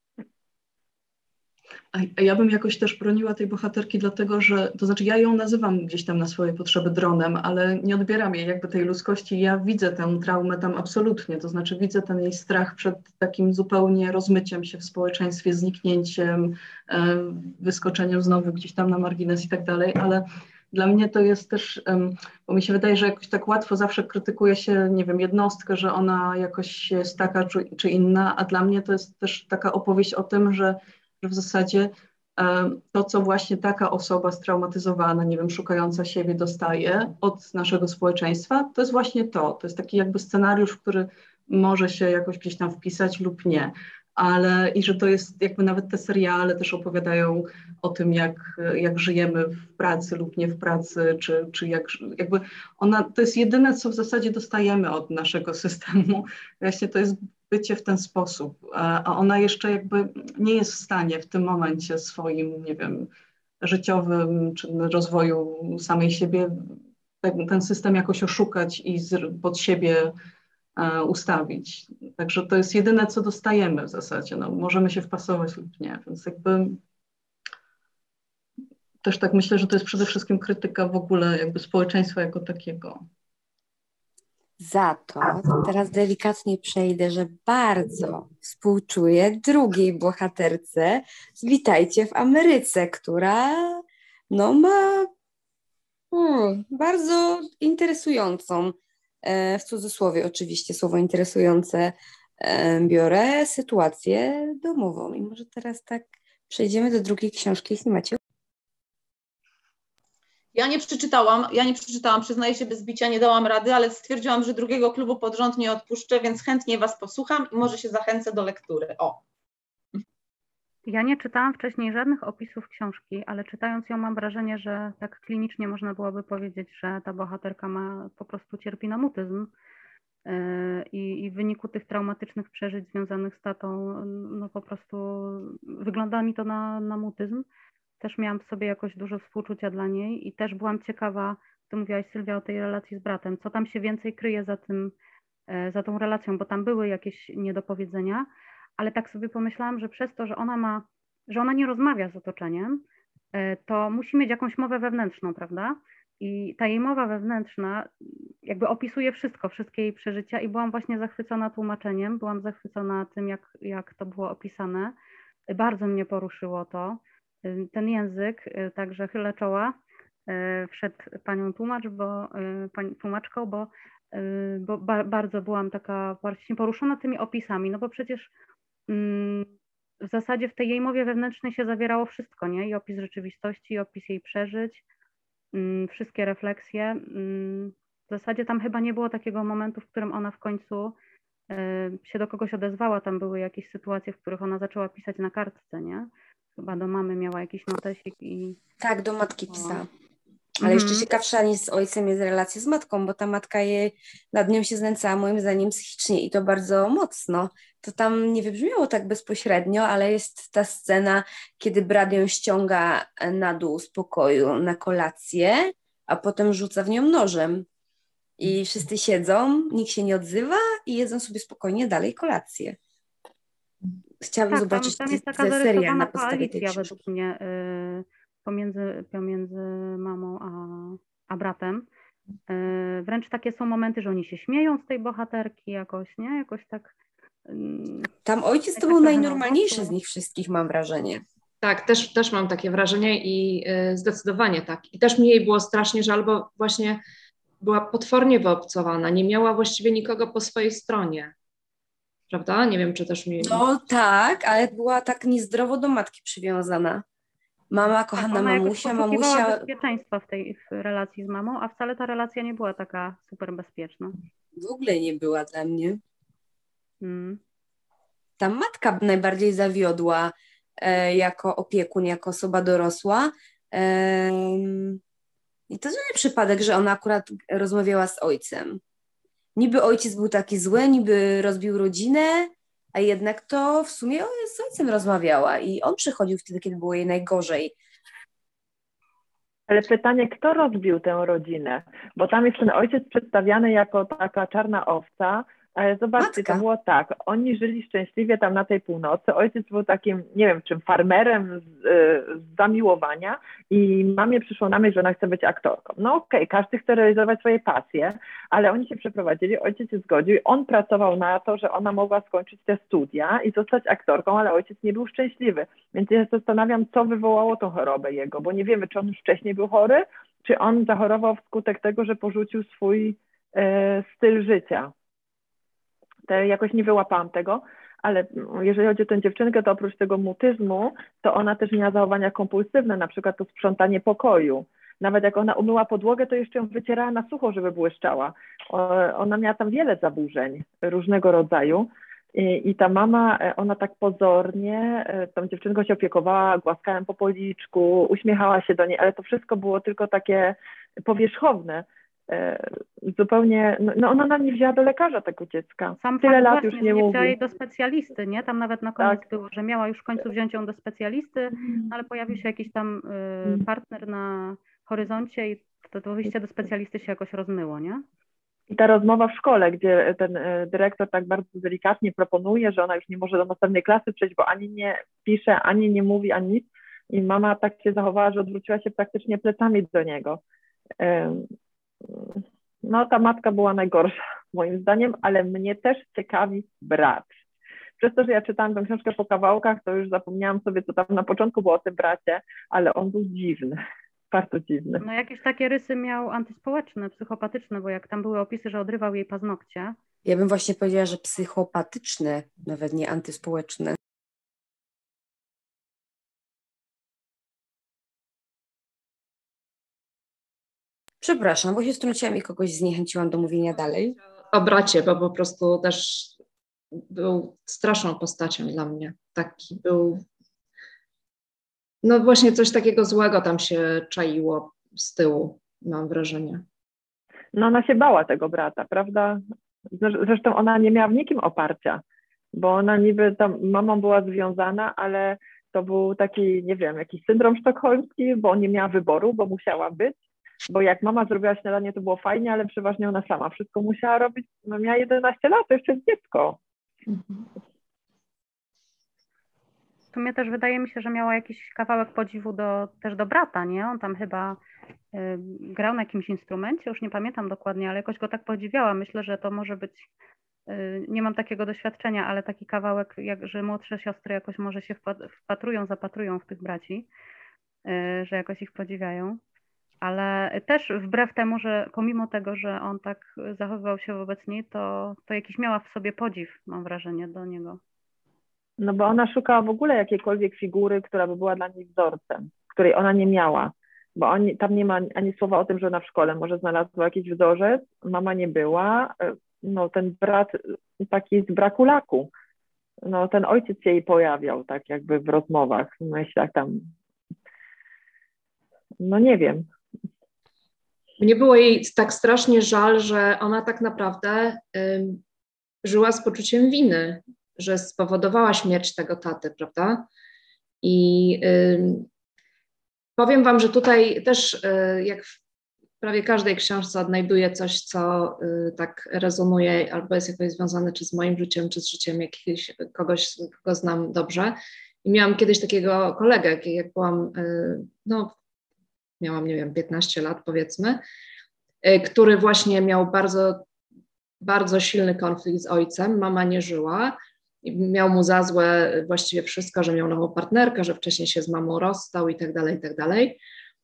A ja bym jakoś też broniła tej bohaterki, dlatego że, to znaczy ja ją nazywam gdzieś tam na swoje potrzeby dronem, ale nie odbieram jej jakby tej ludzkości. Ja widzę tę traumę tam absolutnie, to znaczy widzę ten jej strach przed takim zupełnie rozmyciem się w społeczeństwie, zniknięciem, wyskoczeniem znowu gdzieś tam na margines i tak dalej, ale dla mnie to jest też, bo mi się wydaje, że jakoś tak łatwo zawsze krytykuje się, nie wiem, jednostkę, że ona jakoś jest taka czy, czy inna, a dla mnie to jest też taka opowieść o tym, że, że w zasadzie to, co właśnie taka osoba straumatyzowana, nie wiem, szukająca siebie dostaje od naszego społeczeństwa, to jest właśnie to. To jest taki jakby scenariusz, który może się jakoś gdzieś tam wpisać lub nie. Ale i że to jest jakby nawet te seriale też opowiadają o tym, jak, jak żyjemy w pracy lub nie w pracy, czy, czy jak jakby ona, to jest jedyne, co w zasadzie dostajemy od naszego systemu. Właśnie to jest bycie w ten sposób, a, a ona jeszcze jakby nie jest w stanie w tym momencie swoim, nie wiem, życiowym, czy rozwoju samej siebie ten, ten system jakoś oszukać i z, pod siebie e, ustawić. Także to jest jedyne, co dostajemy w zasadzie. No, możemy się wpasować lub nie, więc jakby też tak myślę, że to jest przede wszystkim krytyka w ogóle jakby społeczeństwa jako takiego. Za to teraz delikatnie przejdę, że bardzo współczuję drugiej bohaterce z Witajcie w Ameryce, która no ma hmm, bardzo interesującą, e, w cudzysłowie oczywiście słowo interesujące e, biorę, sytuację domową. I może teraz tak przejdziemy do drugiej książki, jeśli macie. Ja nie przeczytałam, ja nie przeczytałam, przyznaję się bez bicia, nie dałam rady, ale stwierdziłam, że drugiego klubu pod rząd nie odpuszczę, więc chętnie was posłucham i może się zachęcę do lektury. O. Ja nie czytałam wcześniej żadnych opisów książki, ale czytając ją mam wrażenie, że tak klinicznie można byłoby powiedzieć, że ta bohaterka ma po prostu cierpi na mutyzm yy, i, i w wyniku tych traumatycznych przeżyć związanych z tatą, no po prostu wygląda mi to na, na mutyzm. Też miałam w sobie jakoś dużo współczucia dla niej i też byłam ciekawa, ty mówiłaś, Sylwia, o tej relacji z bratem, co tam się więcej kryje za tym, za tą relacją, bo tam były jakieś niedopowiedzenia, ale tak sobie pomyślałam, że przez to, że ona ma, że ona nie rozmawia z otoczeniem, to musi mieć jakąś mowę wewnętrzną, prawda? I ta jej mowa wewnętrzna jakby opisuje wszystko, wszystkie jej przeżycia i byłam właśnie zachwycona tłumaczeniem, byłam zachwycona tym, jak, jak to było opisane. Bardzo mnie poruszyło to. Ten język, także chylę czoła przed panią tłumacz, bo, pani tłumaczką, bo, bo ba, bardzo byłam taka właśnie poruszona tymi opisami, no bo przecież w zasadzie w tej jej mowie wewnętrznej się zawierało wszystko, nie? I opis rzeczywistości, i opis jej przeżyć, wszystkie refleksje. W zasadzie tam chyba nie było takiego momentu, w którym ona w końcu się do kogoś odezwała, tam były jakieś sytuacje, w których ona zaczęła pisać na kartce, nie? Chyba do mamy miała jakiś notesik i... Tak, do matki pisała. Ale jeszcze Mhm. ciekawsza niż z ojcem jest relacja z matką, bo ta matka jej nad nią się znęcała moim zdaniem psychicznie i to bardzo mocno. To tam nie wybrzmiało tak bezpośrednio, ale jest ta scena, kiedy brat ją ściąga na dół z pokoju na kolację, a potem rzuca w nią nożem. I wszyscy siedzą, nikt się nie odzywa i jedzą sobie spokojnie dalej kolację. Chciałabym Tak, zobaczyć tam, tam jest taka ten serial na zarysowana podstawie tej koalicja książki. według mnie y, pomiędzy, pomiędzy mamą a, a bratem. Y, wręcz takie są momenty, że oni się śmieją z tej bohaterki jakoś, nie? Jakoś tak... y, Tam ojciec to tak był trochę na najnormalniejszy uboczu. z nich wszystkich, mam wrażenie. Tak, też, też mam takie wrażenie i y, zdecydowanie tak. I też mi jej było strasznie żal, bo właśnie była potwornie wyobcowana, nie miała właściwie nikogo po swojej stronie. Prawda? Nie wiem, czy też mi... No tak, ale była tak niezdrowo do matki przywiązana. Mama, Tak, kochana ona jakoś mamusia, poszukiwała mamusia bezpieczeństwa w tej w relacji z mamą, a wcale ta relacja nie była taka super bezpieczna. w ogóle nie była dla mnie. Mm. Ta matka najbardziej zawiodła e, jako opiekun, jako osoba dorosła. Em, I to nie przypadek, że ona akurat rozmawiała z ojcem. Niby ojciec był taki zły, niby rozbił rodzinę, a jednak to w sumie z ojcem rozmawiała i on przychodził wtedy, kiedy było jej najgorzej. Ale pytanie, kto rozbił tę rodzinę? Bo tam jest ten ojciec przedstawiany jako taka czarna owca, ale zobaczcie, Matka. to było tak, oni żyli szczęśliwie tam na tej północy, ojciec był takim, nie wiem czym, farmerem z, z zamiłowania i mamie przyszło na myśl, że ona chce być aktorką. No okej, okay, każdy chce realizować swoje pasje, ale oni się przeprowadzili, ojciec się zgodził i on pracował na to, że ona mogła skończyć te studia i zostać aktorką, ale ojciec nie był szczęśliwy. Więc ja się zastanawiam, co wywołało tą chorobę jego, bo nie wiemy, czy on już wcześniej był chory, czy on zachorował wskutek tego, że porzucił swój e, styl życia. To jakoś nie wyłapałam tego, ale jeżeli chodzi o tę dziewczynkę, to oprócz tego mutyzmu, to ona też miała zachowania kompulsywne, na przykład to sprzątanie pokoju. Nawet jak ona umyła podłogę, to jeszcze ją wycierała na sucho, żeby błyszczała. Ona miała tam wiele zaburzeń różnego rodzaju. I, I ta mama, ona tak pozornie tą dziewczynką się opiekowała, głaskałem po policzku, uśmiechała się do niej, ale to wszystko było tylko takie powierzchowne. Zupełnie, no ona nam nie wzięła do lekarza tego dziecka. Sam Tyle fakt lat właśnie, już że nie nie mówi. wzięła jej do specjalisty, nie? Tam nawet na koniec Tak. było, że miała już w końcu wziąć ją do specjalisty, ale pojawił się jakiś tam y, partner na horyzoncie i To, to wyjście do specjalisty się jakoś rozmyło, nie? I ta rozmowa w szkole, gdzie ten e, dyrektor tak bardzo delikatnie proponuje, że ona już nie może do następnej klasy przejść, bo ani nie pisze, ani nie mówi, ani nic. I mama tak się zachowała, że odwróciła się praktycznie plecami do niego. No ta matka była najgorsza moim zdaniem, ale mnie też ciekawi brat. Przez to, że ja czytałam tę książkę po kawałkach, to już zapomniałam sobie, co tam na początku było o tym bracie, ale on był dziwny, bardzo dziwny. No jakieś takie rysy miał antyspołeczne, psychopatyczne, bo jak tam były opisy, że odrywał jej paznokcie. Ja bym właśnie powiedziała, że psychopatyczne, nawet nie antyspołeczne. Przepraszam, bo się wtrąciłam i kogoś zniechęciłam do mówienia dalej. O bracie, bo po prostu też był straszną postacią dla mnie. Taki był, no właśnie coś takiego złego tam się czaiło z tyłu, mam wrażenie. No ona się bała tego brata, prawda? Zresztą ona nie miała w nikim oparcia, bo ona niby tam mamą była związana, ale to był taki, nie wiem, jakiś syndrom sztokholmski, bo nie miała wyboru, bo musiała być. Bo jak mama zrobiła śniadanie, to było fajnie, ale przeważnie ona sama wszystko musiała robić. No miała jedenaście lat, to jeszcze jest dziecko. W sumie też wydaje mi się, że miała jakiś kawałek podziwu do, też do brata, nie? On tam chyba y, grał na jakimś instrumencie, już nie pamiętam dokładnie, ale jakoś go tak podziwiała. Myślę, że to może być, y, nie mam takiego doświadczenia, ale taki kawałek, jak, że młodsze siostry jakoś może się wpatrują, zapatrują w tych braci, y, że jakoś ich podziwiają. Ale też wbrew temu, że pomimo tego, że on tak zachowywał się wobec niej, to, to jakiś miała w sobie podziw, mam wrażenie, do niego. No bo ona szukała w ogóle jakiejkolwiek figury, która by była dla niej wzorcem, której ona nie miała. Bo oni, tam nie ma ani słowa o tym, że ona w szkole może znalazła jakiś wzorzec, mama nie była, no ten brat taki z braku laku. No ten ojciec się jej pojawiał tak jakby w rozmowach, w myślach tam. No nie wiem. Mnie było jej tak strasznie żal, że ona tak naprawdę y, żyła z poczuciem winy, że spowodowała śmierć tego taty, prawda? I y, powiem wam, że tutaj też y, jak w prawie każdej książce odnajduję coś, co y, tak rezonuje albo jest jakoś związane czy z moim życiem, czy z życiem jakiegoś kogoś, kogo znam dobrze. I miałam kiedyś takiego kolegę, jak byłam, y, no miałam, nie wiem, piętnaście lat powiedzmy, y, który właśnie miał bardzo, bardzo silny konflikt z ojcem, mama nie żyła, miał mu za złe właściwie wszystko, że miał nową partnerkę, że wcześniej się z mamą rozstał i tak dalej, i tak dalej.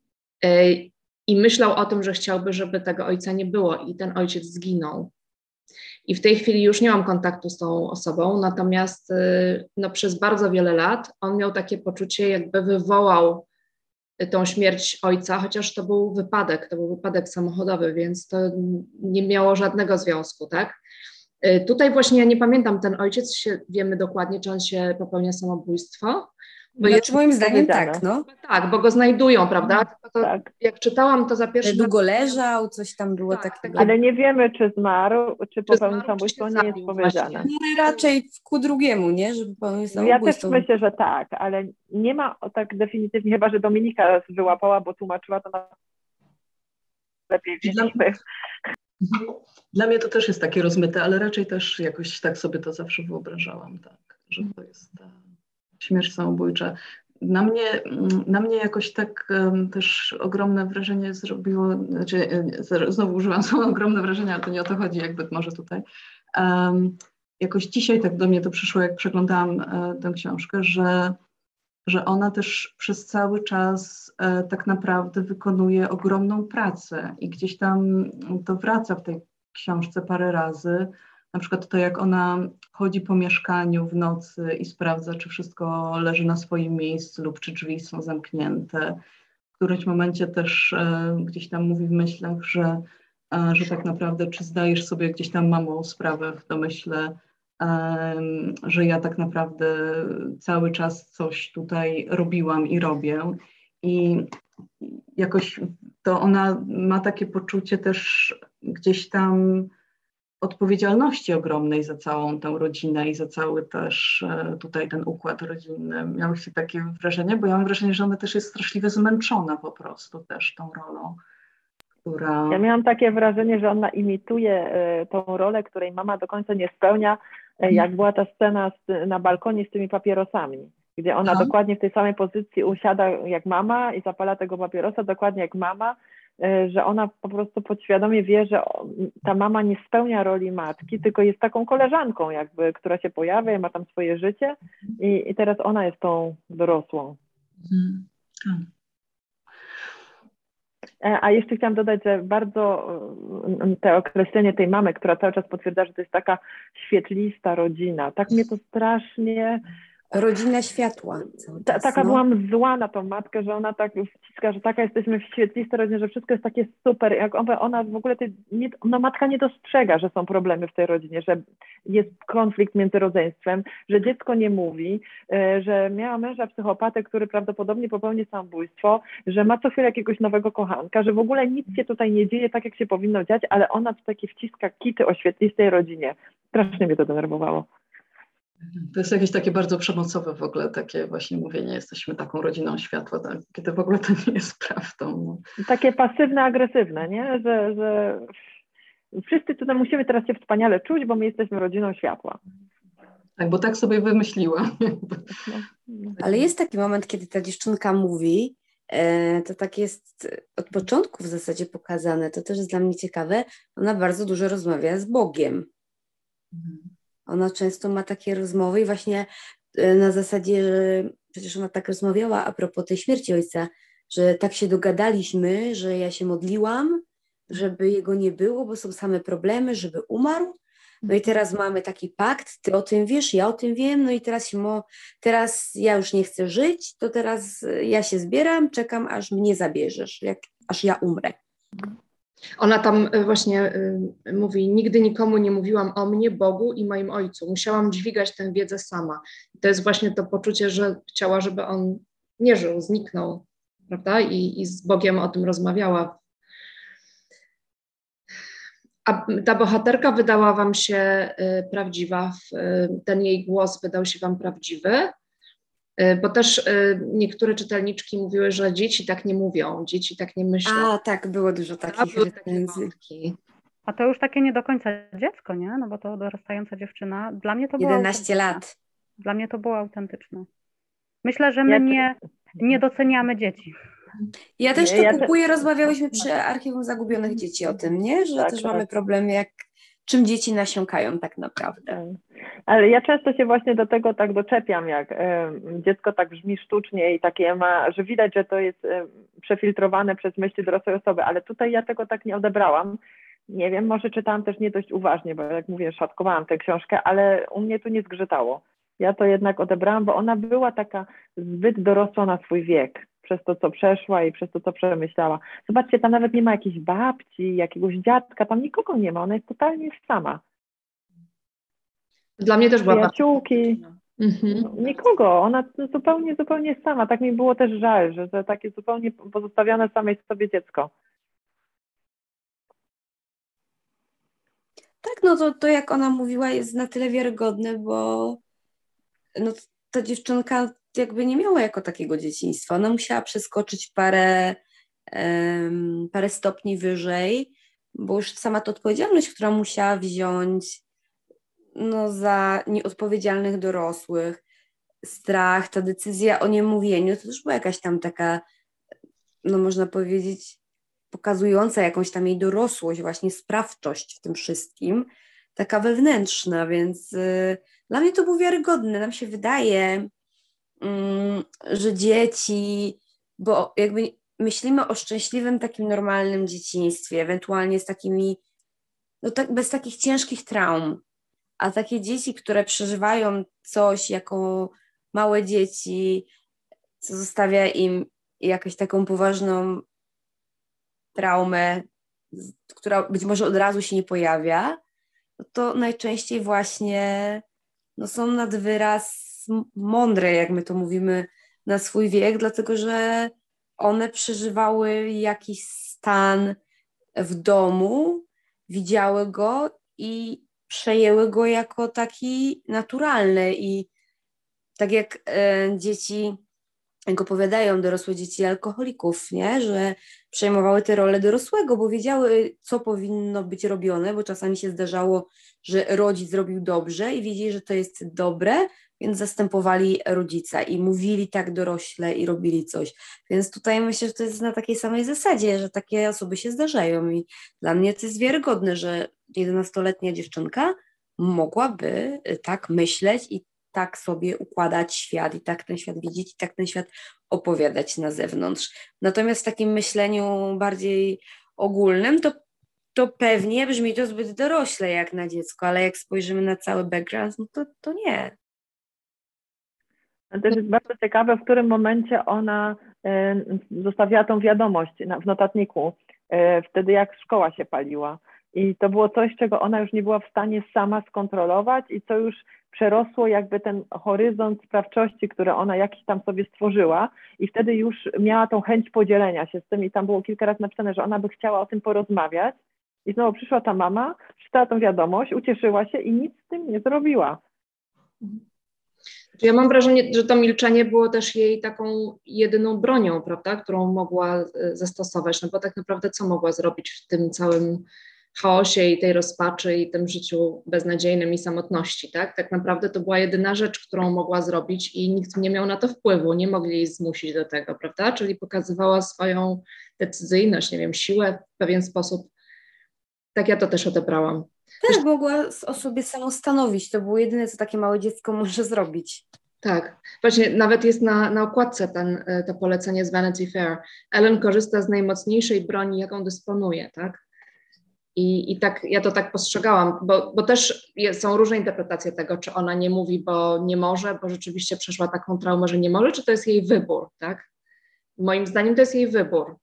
I myślał o tym, że chciałby, żeby tego ojca nie było i ten ojciec zginął. I w tej chwili już nie mam kontaktu z tą osobą, natomiast no, przez bardzo wiele lat on miał takie poczucie, jakby wywołał tą śmierć ojca, chociaż to był wypadek, to był wypadek samochodowy, więc to nie miało żadnego związku, tak? Tutaj właśnie ja nie pamiętam, ten ojciec, się, wiemy dokładnie, czy on się popełnia samobójstwo. Bo znaczy, moim zdaniem tak, no. Tak, bo go znajdują, prawda? To, tak. Jak czytałam, to za pierwszym Długo leżał, coś tam było tak, takiego. Ale nie wiemy, czy zmarł, czy popełnił zmarł, samobójstwo, czy nie jest powiedziane. Nie, raczej ku drugiemu, nie? Żeby popełnił samobójstwo. Ja też myślę, że tak, ale nie ma tak definitywnie, chyba że Dominika wyłapała, bo tłumaczyła to na lepiej wiedzieliśmy. Dla mnie to też jest takie rozmyte, ale raczej też jakoś tak sobie to zawsze wyobrażałam, tak, że to jest ta śmierć samobójcza. Na mnie, na mnie jakoś tak um, też ogromne wrażenie zrobiło, znaczy znowu używam słowa ogromne wrażenie, ale to nie o to chodzi, jakby może tutaj. Um, jakoś dzisiaj tak do mnie to przyszło, jak przeglądałam e, tę książkę, że, że ona też przez cały czas e, tak naprawdę wykonuje ogromną pracę i gdzieś tam to wraca w tej książce parę razy. Na przykład to, jak ona chodzi po mieszkaniu w nocy i sprawdza, czy wszystko leży na swoim miejscu lub czy drzwi są zamknięte. W którymś momencie też e, gdzieś tam mówi w myślach, że, e, że tak naprawdę czy zdajesz sobie gdzieś tam mamo sprawę w domyśle, e, że ja tak naprawdę cały czas coś tutaj robiłam i robię. I jakoś to ona ma takie poczucie też gdzieś tam odpowiedzialności ogromnej za całą tę rodzinę i za cały też tutaj ten układ rodzinny. Miałyście takie wrażenie? Bo ja mam wrażenie, że ona też jest straszliwie zmęczona po prostu też tą rolą. która... Ja miałam takie wrażenie, że ona imituje y, tą rolę, której mama do końca nie spełnia, y, jak była ta scena z, na balkonie z tymi papierosami, gdzie ona Aha. dokładnie w tej samej pozycji usiada jak mama i zapala tego papierosa dokładnie jak mama, y, że ona po prostu podświadomie wie, że o, ta mama nie spełnia roli matki, tylko jest taką koleżanką jakby, która się pojawia i ma tam swoje życie i, i teraz ona jest tą dorosłą. Mhm. Tak. A jeszcze chciałam dodać, że bardzo te określenie tej mamy, która cały czas potwierdza, że to jest taka świetlista rodzina, tak mnie to strasznie... Rodzina światła. Cały Ta, czas, taka no. byłam zła na tą matkę, że ona tak wciska, że taka jesteśmy w świetlistej rodzinie, że wszystko jest takie super. Jak ona, ona w ogóle, tej, nie, no matka nie dostrzega, że są problemy w tej rodzinie, że jest konflikt między rodzeństwem, że dziecko nie mówi, że miała męża psychopatę, który prawdopodobnie popełni samobójstwo, że ma co chwilę jakiegoś nowego kochanka, że w ogóle nic się tutaj nie dzieje tak, jak się powinno dziać, ale ona takie wciska kity o świetlistej rodzinie. Strasznie mnie to denerwowało. To jest jakieś takie bardzo przemocowe w ogóle, takie właśnie mówienie, jesteśmy taką rodziną światła, tak? Kiedy w ogóle to nie jest prawdą. No. Takie pasywne, agresywne, nie? Że, że wszyscy tutaj musimy teraz się wspaniale czuć, bo my jesteśmy rodziną światła. Tak, bo tak sobie wymyśliła. No, no. Ale jest taki moment, kiedy ta dziewczynka mówi, e, to tak jest od początku w zasadzie pokazane, to też jest dla mnie ciekawe, ona bardzo dużo rozmawia z Bogiem. Mhm. Ona często ma takie rozmowy i właśnie e, na zasadzie, że przecież ona tak rozmawiała a propos tej śmierci ojca, że tak się dogadaliśmy, że ja się modliłam, żeby jego nie było, bo są same problemy, żeby umarł. No i teraz mamy taki pakt, ty o tym wiesz, ja o tym wiem, no i teraz, się mo- teraz ja już nie chcę żyć, to teraz ja się zbieram, czekam, aż mnie zabierzesz, jak, aż ja umrę. Ona tam właśnie y, mówi, nigdy nikomu nie mówiłam o mnie, Bogu i moim ojcu. Musiałam dźwigać tę wiedzę sama. I to jest właśnie to poczucie, że chciała, żeby on nie żył, zniknął, prawda? I, i z Bogiem o tym rozmawiała. A ta bohaterka wydała wam się y, prawdziwa, w, y, ten jej głos wydał się wam prawdziwy, y, bo też y, niektóre czytelniczki mówiły, że dzieci tak nie mówią, dzieci tak nie myślą. A tak, było dużo takich Były takie recenzji. wątki. A to już takie nie do końca dziecko, nie? No bo to dorastająca dziewczyna. Dla mnie to było jedenaście autentyczne. lat. Dla mnie to było autentyczne. Myślę, że my Ja- nie, nie doceniamy dzieci. Ja też Nie, to ja te- kupuję, rozmawiałyśmy przy Archiwum Zagubionych Dzieci o tym, nie? Że Tak, też tak. mamy problemy, jak czym dzieci nasiąkają tak naprawdę. Ale ja często się właśnie do tego tak doczepiam, jak y, dziecko tak brzmi sztucznie i takie ma, że widać, że to jest y, przefiltrowane przez myśli dorosłej osoby, ale tutaj ja tego tak nie odebrałam. Nie wiem, może czytałam też nie dość uważnie, bo jak mówię, szatkowałam tę książkę, ale u mnie tu nie zgrzytało. Ja to jednak odebrałam, bo ona była taka zbyt dorosła na swój wiek, przez to, co przeszła i przez to, co przemyślała. Zobaczcie, tam nawet nie ma jakiejś babci, jakiegoś dziadka, tam nikogo nie ma, ona jest totalnie sama. Dla mnie też była Przyjaciółki, Mhm. no, nikogo, ona zupełnie, zupełnie sama. Tak mi było też żal, że, że takie zupełnie pozostawione samej sobie dziecko. Tak, no to, to jak ona mówiła jest na tyle wiarygodne, bo no, ta dziewczynka jakby nie miała jako takiego dzieciństwa. Ona musiała przeskoczyć parę, um, parę stopni wyżej, bo już sama ta odpowiedzialność, którą musiała wziąć no, za nieodpowiedzialnych dorosłych, strach, ta decyzja o niemówieniu, to też była jakaś tam taka, no można powiedzieć, pokazująca jakąś tam jej dorosłość, właśnie sprawczość w tym wszystkim, taka wewnętrzna, więc y, dla mnie to było wiarygodne. Nam się wydaje, y, że dzieci, bo jakby myślimy o szczęśliwym, takim normalnym dzieciństwie, ewentualnie z takimi, no tak, bez takich ciężkich traum, a takie dzieci, które przeżywają coś jako małe dzieci, co zostawia im jakąś taką poważną traumę, która być może od razu się nie pojawia, no to najczęściej właśnie no są nad wyraz mądre, jak my to mówimy, na swój wiek, dlatego że one przeżywały jakiś stan w domu, widziały go i przejęły go jako taki naturalny i tak jak e, dzieci jak opowiadają dorosłe dzieci alkoholików, nie? Że przejmowały tę rolę dorosłego, bo wiedziały, co powinno być robione, bo czasami się zdarzało, że rodzic zrobił dobrze i wiedzieli, że to jest dobre, więc zastępowali rodzica i mówili tak dorośle i robili coś. Więc tutaj myślę, że to jest na takiej samej zasadzie, że takie osoby się zdarzają i dla mnie to jest wiarygodne, że jedenastoletnia dziewczynka mogłaby tak myśleć i tak sobie układać świat i tak ten świat widzieć i tak ten świat opowiadać na zewnątrz. Natomiast w takim myśleniu bardziej ogólnym to, to pewnie brzmi to zbyt dorośle jak na dziecko, ale jak spojrzymy na cały background, no to, to nie. Też jest bardzo ciekawe, w którym momencie ona zostawiała tą wiadomość w notatniku, wtedy jak szkoła się paliła. I to było coś, czego ona już nie była w stanie sama skontrolować i co już przerosło jakby ten horyzont sprawczości, który ona jakiś tam sobie stworzyła i wtedy już miała tą chęć podzielenia się z tym i tam było kilka razy napisane, że ona by chciała o tym porozmawiać i znowu przyszła ta mama, przeczytała tą wiadomość, ucieszyła się i nic z tym nie zrobiła. Ja mam wrażenie, że to milczenie było też jej taką jedyną bronią, prawda, którą mogła zastosować, no bo tak naprawdę co mogła zrobić w tym całym chaosie i tej rozpaczy i tym życiu beznadziejnym i samotności, tak? Tak naprawdę to była jedyna rzecz, którą mogła zrobić i nikt nie miał na to wpływu, nie mogli jej zmusić do tego, prawda? Czyli pokazywała swoją decyzyjność, nie wiem, siłę w pewien sposób. Tak ja to też odebrałam. Tak, mogła o sobie samą stanowić, to było jedyne, co takie małe dziecko może zrobić. Tak, właśnie nawet jest na, na okładce ten, to polecenie z Vanity Fair. Ellen korzysta z najmocniejszej broni, jaką dysponuje, tak? I, I tak ja to tak postrzegałam, bo, bo też jest, są różne interpretacje tego, czy ona nie mówi, bo nie może, bo rzeczywiście przeszła taką traumę, że nie może, czy to jest jej wybór, tak? Moim zdaniem to jest jej wybór.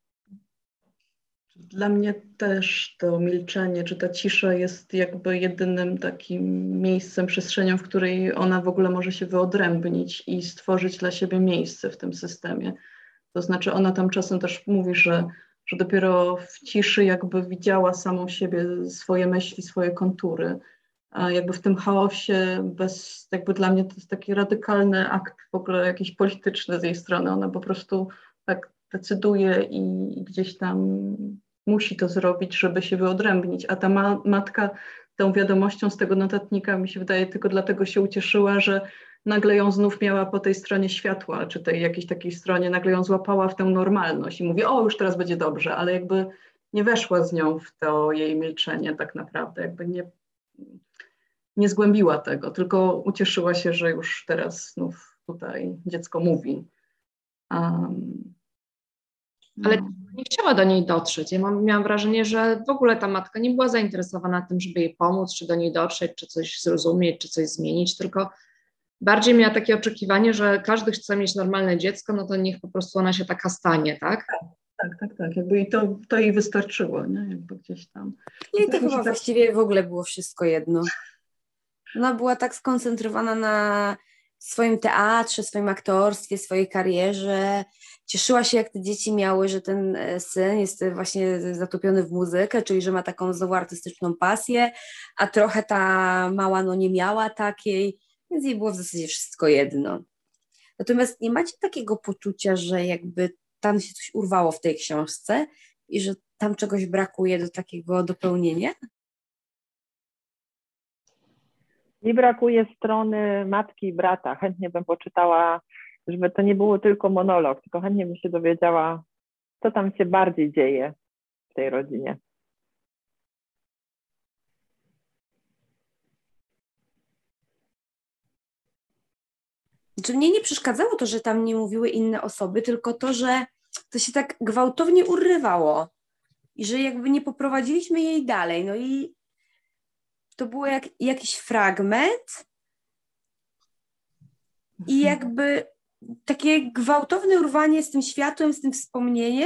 Dla mnie też to milczenie, czy ta cisza jest jakby jedynym takim miejscem, przestrzenią, w której ona w ogóle może się wyodrębnić i stworzyć dla siebie miejsce w tym systemie. To znaczy ona tam czasem też mówi, że, że dopiero w ciszy jakby widziała samą siebie, swoje myśli, swoje kontury. A jakby w tym chaosie, bez, jakby dla mnie to jest taki radykalny akt w ogóle jakiś polityczny z jej strony. Ona po prostu tak decyduje i, i gdzieś tam musi to zrobić, żeby się wyodrębnić, a ta ma matka tą wiadomością z tego notatnika, mi się wydaje, tylko dlatego się ucieszyła, że nagle ją znów miała po tej stronie światła, czy tej jakiejś takiej stronie, nagle ją złapała w tę normalność i mówi, o, już teraz będzie dobrze, ale jakby nie weszła z nią w to jej milczenie tak naprawdę, jakby nie, nie zgłębiła tego, tylko ucieszyła się, że już teraz znów tutaj dziecko mówi. Um, Ale nie chciała do niej dotrzeć. Ja mam, miałam wrażenie, że w ogóle ta matka nie była zainteresowana tym, żeby jej pomóc, czy do niej dotrzeć, czy coś zrozumieć, czy coś zmienić, tylko bardziej miała takie oczekiwanie, że każdy chce mieć normalne dziecko, no to niech po prostu ona się taka stanie, tak? Tak, tak, tak. Jakby i to, to jej wystarczyło, nie? Jakby gdzieś tam. I to chyba tak... właściwie w ogóle było wszystko jedno. Ona była tak skoncentrowana na swoim teatrze, swoim aktorstwie, swojej karierze. Cieszyła się, jak te dzieci miały, że ten syn jest właśnie zatopiony w muzykę, czyli że ma taką znowu artystyczną pasję, a trochę ta mała no nie miała takiej, więc jej było w zasadzie wszystko jedno. Natomiast nie macie takiego poczucia, że jakby tam się coś urwało w tej książce i że tam czegoś brakuje do takiego dopełnienia? Mi brakuje strony matki i brata. Chętnie bym poczytała, żeby to nie było tylko monolog, tylko chętnie bym się dowiedziała, co tam się bardziej dzieje w tej rodzinie. Znaczy mnie nie przeszkadzało to, że tam nie mówiły inne osoby, tylko to, że to się tak gwałtownie urywało i że jakby nie poprowadziliśmy jej dalej. No i to było jak, jakiś fragment i jakby takie gwałtowne urwanie z tym światłem, z tym wspomnieniem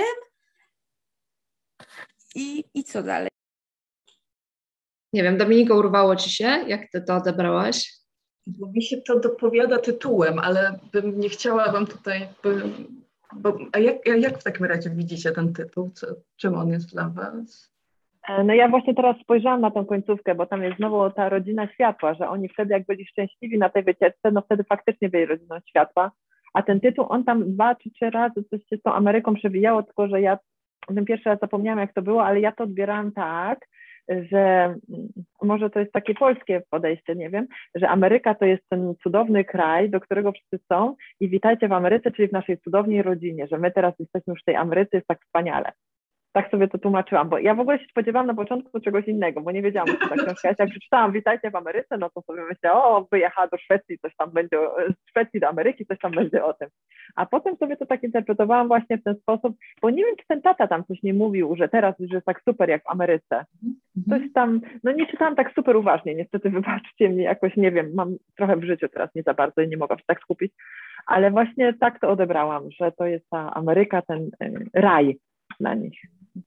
i, i co dalej? Nie wiem, Dominiko, urwało ci się? Jak ty to odebrałaś? Bo mi się to dopowiada tytułem, ale bym nie chciała wam tutaj... By, bo, a jak, jak w takim razie widzicie ten tytuł? Co, czym on jest dla was? No ja właśnie teraz spojrzałam na tą końcówkę, bo tam jest znowu ta rodzina światła, że oni wtedy jak byli szczęśliwi na tej wycieczce, no wtedy faktycznie byli rodziną światła, a ten tytuł, on tam dwa czy trzy razy coś się z tą Ameryką przewijało, tylko że ja ten pierwszy raz zapomniałam, jak to było, ale ja to odbierałam tak, że może to jest takie polskie podejście, nie wiem, że Ameryka to jest ten cudowny kraj, do którego wszyscy są i witajcie w Ameryce, czyli w naszej cudownej rodzinie, że my teraz jesteśmy już w tej Ameryce, jest tak wspaniale. Tak sobie to tłumaczyłam, bo ja w ogóle się spodziewałam na początku czegoś innego, bo nie wiedziałam, co ta książka jest. Jak przeczytałam Witajcie w Ameryce, no to sobie myślałam, o, wyjechała do Szwecji, coś tam będzie, z Szwecji do Ameryki, coś tam będzie o tym. A potem sobie to tak interpretowałam właśnie w ten sposób, bo nie wiem, czy ten tata tam coś nie mówił, że teraz już jest tak super jak w Ameryce. Coś tam, no nie czytałam tak super uważnie, niestety wybaczcie mnie, jakoś nie wiem, mam trochę w życiu teraz nie za bardzo i nie mogłam się tak skupić, ale właśnie tak to odebrałam, że to jest ta Ameryka, ten y, raj dla nich.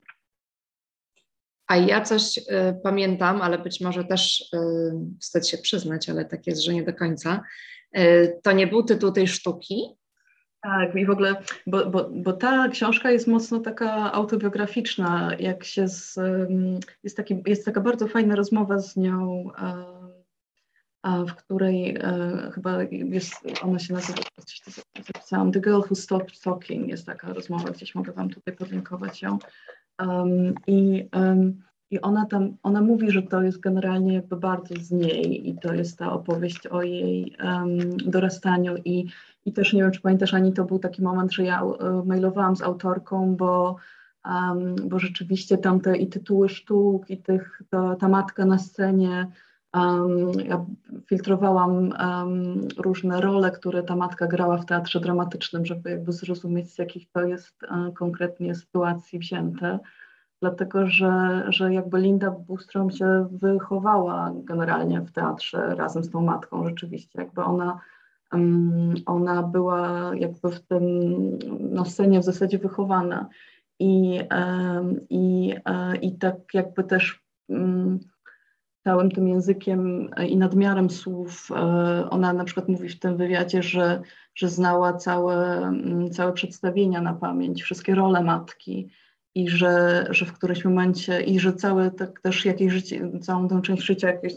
A ja coś y, pamiętam, ale być może też y, wstyd się przyznać, ale tak jest, że nie do końca. Y, to nie był tytuł tej sztuki? Tak, i w ogóle, bo, bo, bo ta książka jest mocno taka autobiograficzna, jak się z, jest, taki, jest taka bardzo fajna rozmowa z nią, a w której e, chyba jest, ona się nazywa, zapisałam, The Girl Who Stopped Talking, jest taka rozmowa, gdzieś mogę wam tutaj podlinkować ją. Um, i, um, I ona tam, ona mówi, że to jest generalnie jakby bardzo z niej i to jest ta opowieść o jej um, dorastaniu i, i też nie wiem, czy pamiętasz, Ani, to był taki moment, że ja uh, mailowałam z autorką, bo, um, bo rzeczywiście tam te i tytuły sztuk i tych, ta, ta matka na scenie, um, ja filtrowałam um, różne role, które ta matka grała w teatrze dramatycznym, żeby jakby zrozumieć, z jakich to jest um, konkretnie sytuacji wzięte. Dlatego, że, że jakby Linda Bostrom się wychowała generalnie w teatrze razem z tą matką rzeczywiście. Jakby ona, um, ona była jakby w tym no, scenie w zasadzie wychowana. I, um, i, uh, i tak jakby też um, całym tym językiem i nadmiarem słów. Ona na przykład mówi w tym wywiadzie, że, że znała całe, całe przedstawienia na pamięć, wszystkie role matki i że, że w którymś momencie, i że całe tak też jakieś życie, całą tę część życia jakieś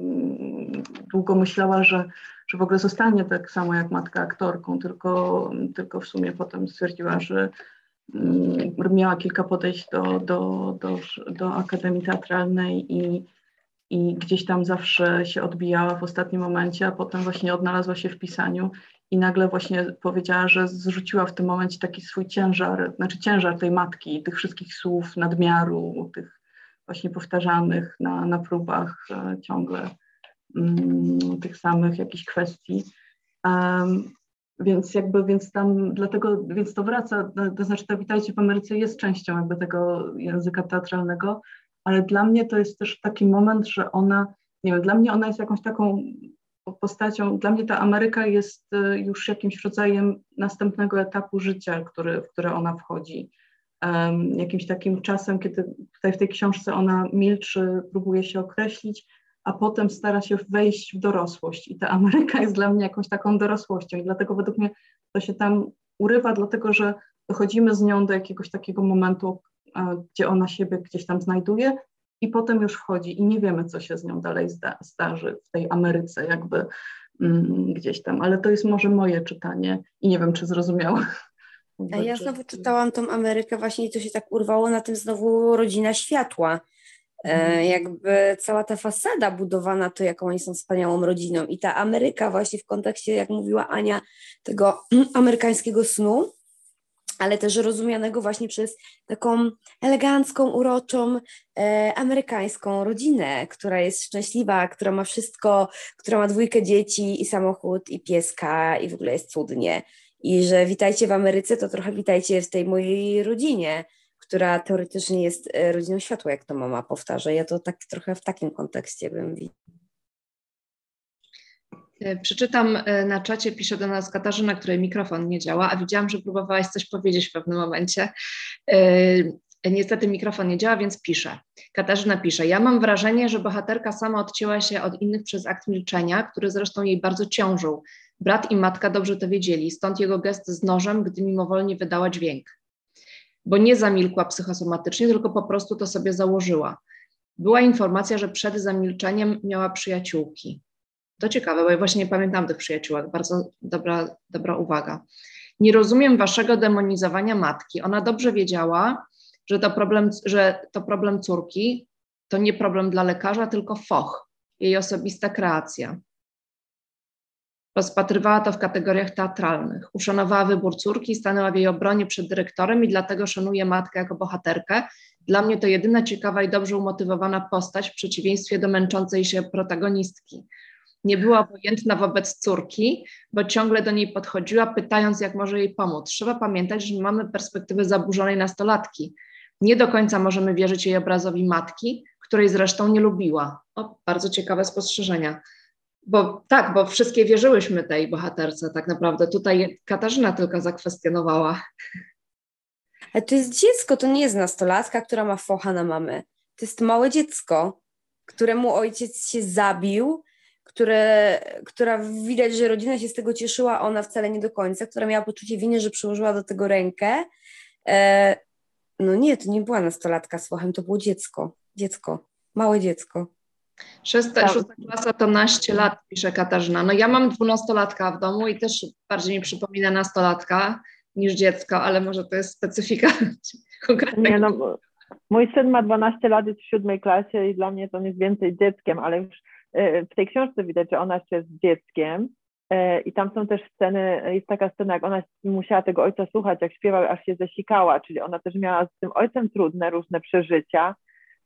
długo myślała, że, że w ogóle zostanie tak samo jak matka aktorką, tylko, tylko w sumie potem stwierdziła, że miała kilka podejść do, do, do, do Akademii Teatralnej i i gdzieś tam zawsze się odbijała w ostatnim momencie, a potem właśnie odnalazła się w pisaniu i nagle właśnie powiedziała, że zrzuciła w tym momencie taki swój ciężar, znaczy ciężar tej matki, tych wszystkich słów, nadmiaru, tych właśnie powtarzanych na, na próbach e, ciągle mm, tych samych jakichś kwestii. Um, więc jakby, więc tam, dlatego, więc to wraca, to znaczy to Witajcie w Ameryce jest częścią jakby tego języka teatralnego, ale dla mnie to jest też taki moment, że ona, nie wiem, dla mnie ona jest jakąś taką postacią, dla mnie ta Ameryka jest już jakimś rodzajem następnego etapu życia, który, w które ona wchodzi. Um, jakimś takim czasem, kiedy tutaj w tej książce ona milczy, próbuje się określić, a potem stara się wejść w dorosłość i ta Ameryka jest dla mnie jakąś taką dorosłością i dlatego według mnie to się tam urywa, dlatego że dochodzimy z nią do jakiegoś takiego momentu, gdzie ona siebie gdzieś tam znajduje i potem już wchodzi i nie wiemy, co się z nią dalej zda, zdarzy w tej Ameryce jakby mm, gdzieś tam, ale to jest może moje czytanie i nie wiem, czy zrozumiałam. Ja znowu czytałam tą Amerykę właśnie i to się tak urwało na tym znowu Rodzina Światła. E, jakby cała ta fasada budowana, to jaką oni są wspaniałą rodziną i ta Ameryka właśnie w kontekście, jak mówiła Ania, tego amerykańskiego snu, ale też rozumianego właśnie przez taką elegancką, uroczą e, amerykańską rodzinę, która jest szczęśliwa, która ma wszystko, która ma dwójkę dzieci i samochód i pieska i w ogóle jest cudnie. I że witajcie w Ameryce, to trochę witajcie w tej mojej rodzinie, która teoretycznie jest rodziną światła, jak to mama powtarza. Ja to tak trochę w takim kontekście bym widziała. Przeczytam na czacie, pisze do nas Katarzyna, której mikrofon nie działa, a widziałam, że próbowałaś coś powiedzieć w pewnym momencie. Niestety mikrofon nie działa, więc piszę. Katarzyna pisze, ja mam wrażenie, że bohaterka sama odcięła się od innych przez akt milczenia, który zresztą jej bardzo ciążył. Brat i matka dobrze to wiedzieli, stąd jego gest z nożem, gdy mimowolnie wydała dźwięk. Bo nie zamilkła psychosomatycznie, tylko po prostu to sobie założyła. Była informacja, że przed zamilczeniem miała przyjaciółki. To ciekawe, bo ja właśnie nie pamiętam tych przyjaciółek. Bardzo dobra, dobra uwaga. Nie rozumiem waszego demonizowania matki. Ona dobrze wiedziała, że to problem, że to problem córki to nie problem dla lekarza, tylko foch, jej osobista kreacja. Rozpatrywała to w kategoriach teatralnych. Uszanowała wybór córki i stanęła w jej obronie przed dyrektorem i dlatego szanuje matkę jako bohaterkę. Dla mnie to jedyna ciekawa i dobrze umotywowana postać w przeciwieństwie do męczącej się protagonistki. Nie była obojętna wobec córki, bo ciągle do niej podchodziła, pytając, jak może jej pomóc. Trzeba pamiętać, że mamy perspektywę zaburzonej nastolatki. Nie do końca możemy wierzyć jej obrazowi matki, której zresztą nie lubiła. O, bardzo ciekawe spostrzeżenia. Bo tak, bo wszystkie wierzyłyśmy tej bohaterce tak naprawdę. Tutaj Katarzyna tylko zakwestionowała. Ale to jest dziecko, to nie jest nastolatka, która ma focha na mamę. To jest małe dziecko, któremu ojciec się zabił, które, która widać, że rodzina się z tego cieszyła, a ona wcale nie do końca, która miała poczucie winy, że przyłożyła do tego rękę. E, no nie, to nie była nastolatka z fochem, to było dziecko. Dziecko, małe dziecko. Szósta, szósta klasa to naście lat, pisze Katarzyna. No ja mam dwunastolatka w domu i też bardziej mi przypomina nastolatka niż dziecko, ale może to jest specyfika konkretnego. Nie, no, mój syn ma dwanaście lat, jest w siódmej klasie i dla mnie to on jest więcej dzieckiem, ale już w tej książce widać, że ona jeszcze jest dzieckiem i tam są też sceny, jest taka scena, jak ona musiała tego ojca słuchać, jak śpiewał, aż się zesikała, czyli ona też miała z tym ojcem trudne, różne przeżycia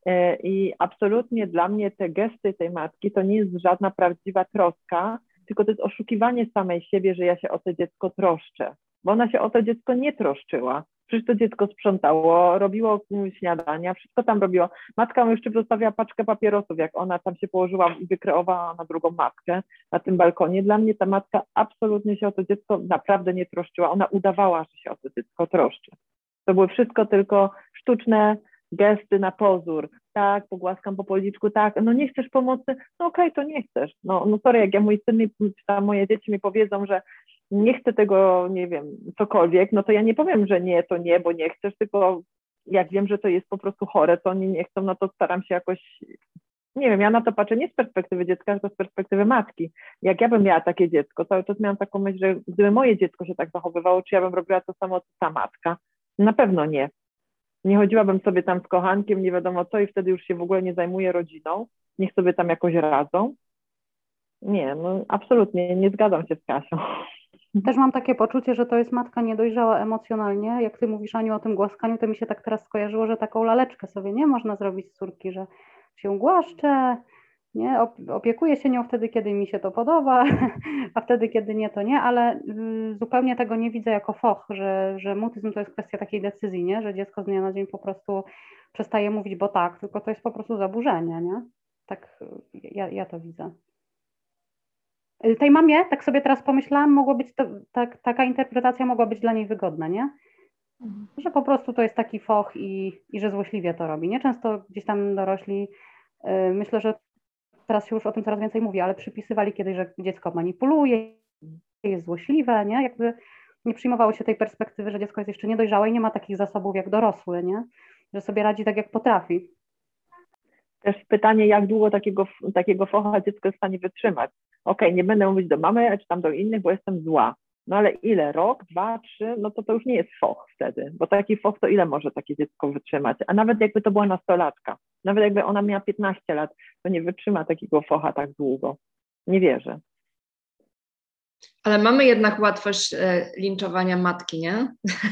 i absolutnie dla mnie te gesty tej matki to nie jest żadna prawdziwa troska, tylko to jest oszukiwanie samej siebie, że ja się o to dziecko troszczę, bo ona się o to dziecko nie troszczyła. Przecież to dziecko sprzątało, robiło śniadania, wszystko tam robiło. Matka mu jeszcze zostawiała paczkę papierosów, jak ona tam się położyła i wykreowała na drugą matkę na tym balkonie. Dla mnie ta matka absolutnie się o to dziecko naprawdę nie troszczyła. Ona udawała, że się o to dziecko troszczy. To były wszystko tylko sztuczne gesty na pozór. Tak, pogłaskam po policzku, tak, no nie chcesz pomocy? No okej, okay, to nie chcesz. No, no sorry, jak ja mój syn, mi, czy tam moje dzieci mi powiedzą, że nie chcę tego, nie wiem, cokolwiek, no to ja nie powiem, że nie, to nie, bo nie chcesz, tylko jak wiem, że to jest po prostu chore, to oni nie chcą, no to staram się jakoś, nie wiem, ja na to patrzę nie z perspektywy dziecka, tylko z perspektywy matki. Jak ja bym miała takie dziecko, cały czas miałam taką myśl, że gdyby moje dziecko się tak zachowywało, czy ja bym robiła to samo, co ta matka? Na pewno nie. Nie chodziłabym sobie tam z kochankiem, nie wiadomo co i wtedy już się w ogóle nie zajmuję rodziną, niech sobie tam jakoś radzą. Nie, no absolutnie nie zgadzam się z Kasią. Też mam takie poczucie, że to jest matka niedojrzała emocjonalnie. Jak ty mówisz, Aniu, o tym głaskaniu, to mi się tak teraz skojarzyło, że taką laleczkę sobie nie można zrobić z córki, że się głaszczę, nie? Opiekuję się nią wtedy, kiedy mi się to podoba, a wtedy, kiedy nie, to nie, ale zupełnie tego nie widzę jako foch, że, że mutyzm to jest kwestia takiej decyzji, nie? Że dziecko z dnia na dzień po prostu przestaje mówić, bo tak, tylko to jest po prostu zaburzenie, nie? Tak ja, ja to widzę. Tej mamie, tak sobie teraz pomyślałam, mogło być to, tak, taka interpretacja mogła być dla niej wygodna, nie? Że po prostu to jest taki foch i, i że złośliwie to robi, nie? Często gdzieś tam dorośli, yy, myślę, że teraz się już o tym coraz więcej mówi, ale przypisywali kiedyś, że dziecko manipuluje, jest złośliwe, nie? Jakby nie przyjmowało się tej perspektywy, że dziecko jest jeszcze niedojrzałe i nie ma takich zasobów jak dorosły, nie? Że sobie radzi tak, jak potrafi. Też pytanie, jak długo takiego, takiego focha dziecko jest w stanie wytrzymać. Okej, okay, nie będę mówić do mamy, czy tam do innych, bo jestem zła. No ale ile? Rok, dwa, trzy? No to to już nie jest foch wtedy, bo taki foch to ile może takie dziecko wytrzymać? A nawet jakby to była nastolatka, nawet jakby ona miała piętnaście lat, to nie wytrzyma takiego focha tak długo. Nie wierzę. Ale mamy jednak łatwość e, linczowania matki, nie?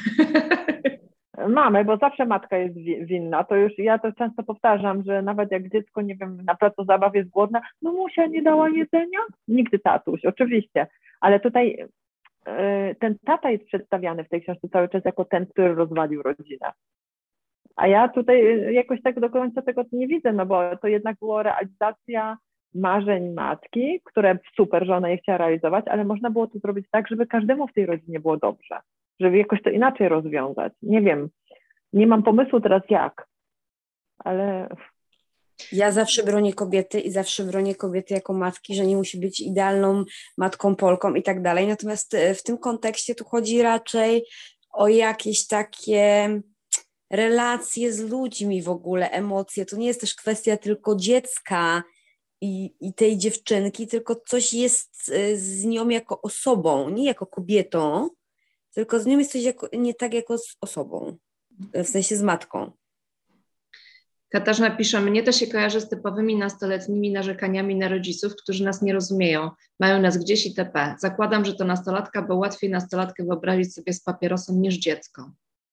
Mamy, bo zawsze matka jest winna. To już ja to często powtarzam, że nawet jak dziecko, nie wiem, na placu zabaw jest głodna, no Musia nie dała jedzenia? Nigdy tatuś, oczywiście. Ale tutaj y, ten tata jest przedstawiany w tej książce cały czas jako ten, który rozwalił rodzinę. A ja tutaj jakoś tak do końca tego nie widzę, no bo to jednak była realizacja marzeń matki, które super, że ona je chciała realizować, ale można było to zrobić tak, żeby każdemu w tej rodzinie było dobrze. Żeby jakoś to inaczej rozwiązać. Nie wiem, nie mam pomysłu teraz jak, ale... Ja zawsze bronię kobiety i zawsze bronię kobiety jako matki, że nie musi być idealną matką Polką i tak dalej. Natomiast w tym kontekście tu chodzi raczej o jakieś takie relacje z ludźmi w ogóle, emocje. To nie jest też kwestia tylko dziecka i, i tej dziewczynki, tylko coś jest z nią jako osobą, nie jako kobietą, tylko z nią jest coś jako, nie tak jako z osobą, w sensie z matką. Katarzyna pisze, mnie to się kojarzy z typowymi nastoletnimi narzekaniami na rodziców, którzy nas nie rozumieją, mają nas gdzieś itp. Zakładam, że to nastolatka, bo łatwiej nastolatkę wyobrazić sobie z papierosem niż dziecko.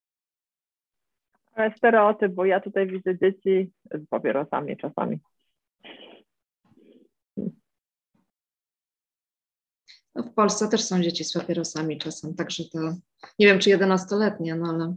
Ale stereotyp, bo ja tutaj widzę dzieci z papierosami czasami. No, w Polsce też są dzieci z papierosami czasem, także to nie wiem, czy jedenastoletnie, no ale...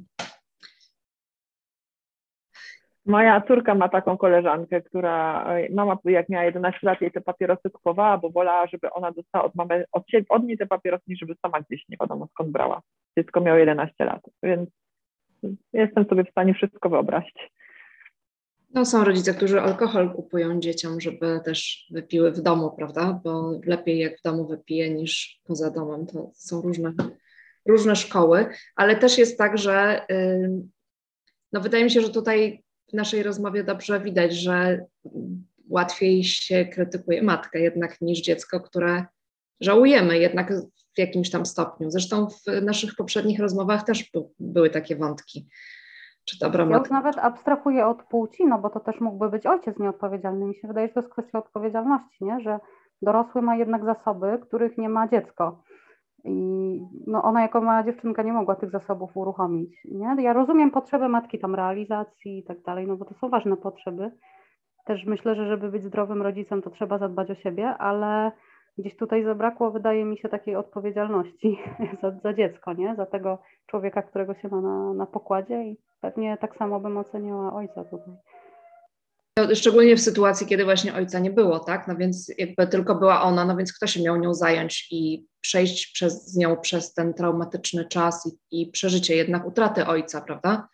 Moja córka ma taką koleżankę, która, mama jak miała jedenaście lat, jej te papierosy kupowała, bo wolała, żeby ona dostała od mamy, od, siebie, od niej te papierosy, niż żeby sama gdzieś nie wiadomo skąd brała. Dziecko miało jedenaście lat, więc jestem sobie w stanie wszystko wyobrazić. No, są rodzice, którzy alkohol kupują dzieciom, żeby też wypiły w domu, prawda? Bo lepiej jak w domu wypije niż poza domem. To są różne, różne szkoły, ale też jest tak, że yy, no wydaje mi się, że tutaj w naszej rozmowie dobrze widać, że łatwiej się krytykuje matkę jednak niż dziecko, które żałujemy jednak w jakimś tam stopniu. Zresztą w naszych poprzednich rozmowach też by, były takie wątki. Czy dobra Ja matka? już nawet abstrahuję od płci, no bo to też mógłby być ojciec nieodpowiedzialny. Mi się wydaje, że to jest kwestia odpowiedzialności, nie? Że dorosły ma jednak zasoby, których nie ma dziecko. I no ona jako mała dziewczynka nie mogła tych zasobów uruchomić, nie? Ja rozumiem potrzebę matki tam realizacji i tak dalej, no bo to są ważne potrzeby. Też myślę, że żeby być zdrowym rodzicem, to trzeba zadbać o siebie, ale gdzieś tutaj zabrakło, wydaje mi się, takiej odpowiedzialności za, za dziecko, nie? Za tego człowieka, którego się ma na, na pokładzie i pewnie tak samo bym oceniała ojca tutaj. Szczególnie w sytuacji, kiedy właśnie ojca nie było, tak? No więc jakby tylko była ona, no więc kto się miał nią zająć i przejść przez z nią przez ten traumatyczny czas i, i przeżycie jednak utraty ojca, prawda?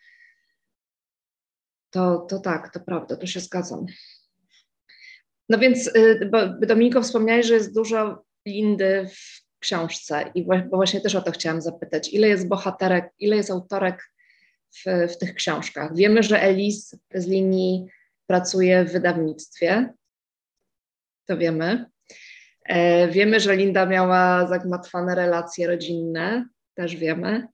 To, to tak, to prawda, to się zgadzam. No więc, bo Dominiko wspomniałeś, że jest dużo Lindy w książce i bo właśnie też o to chciałam zapytać. Ile jest bohaterek, ile jest autorek w, w tych książkach? Wiemy, że Elise z linii pracuje w wydawnictwie, to wiemy. E, wiemy, że Linda miała zagmatwane relacje rodzinne, też wiemy.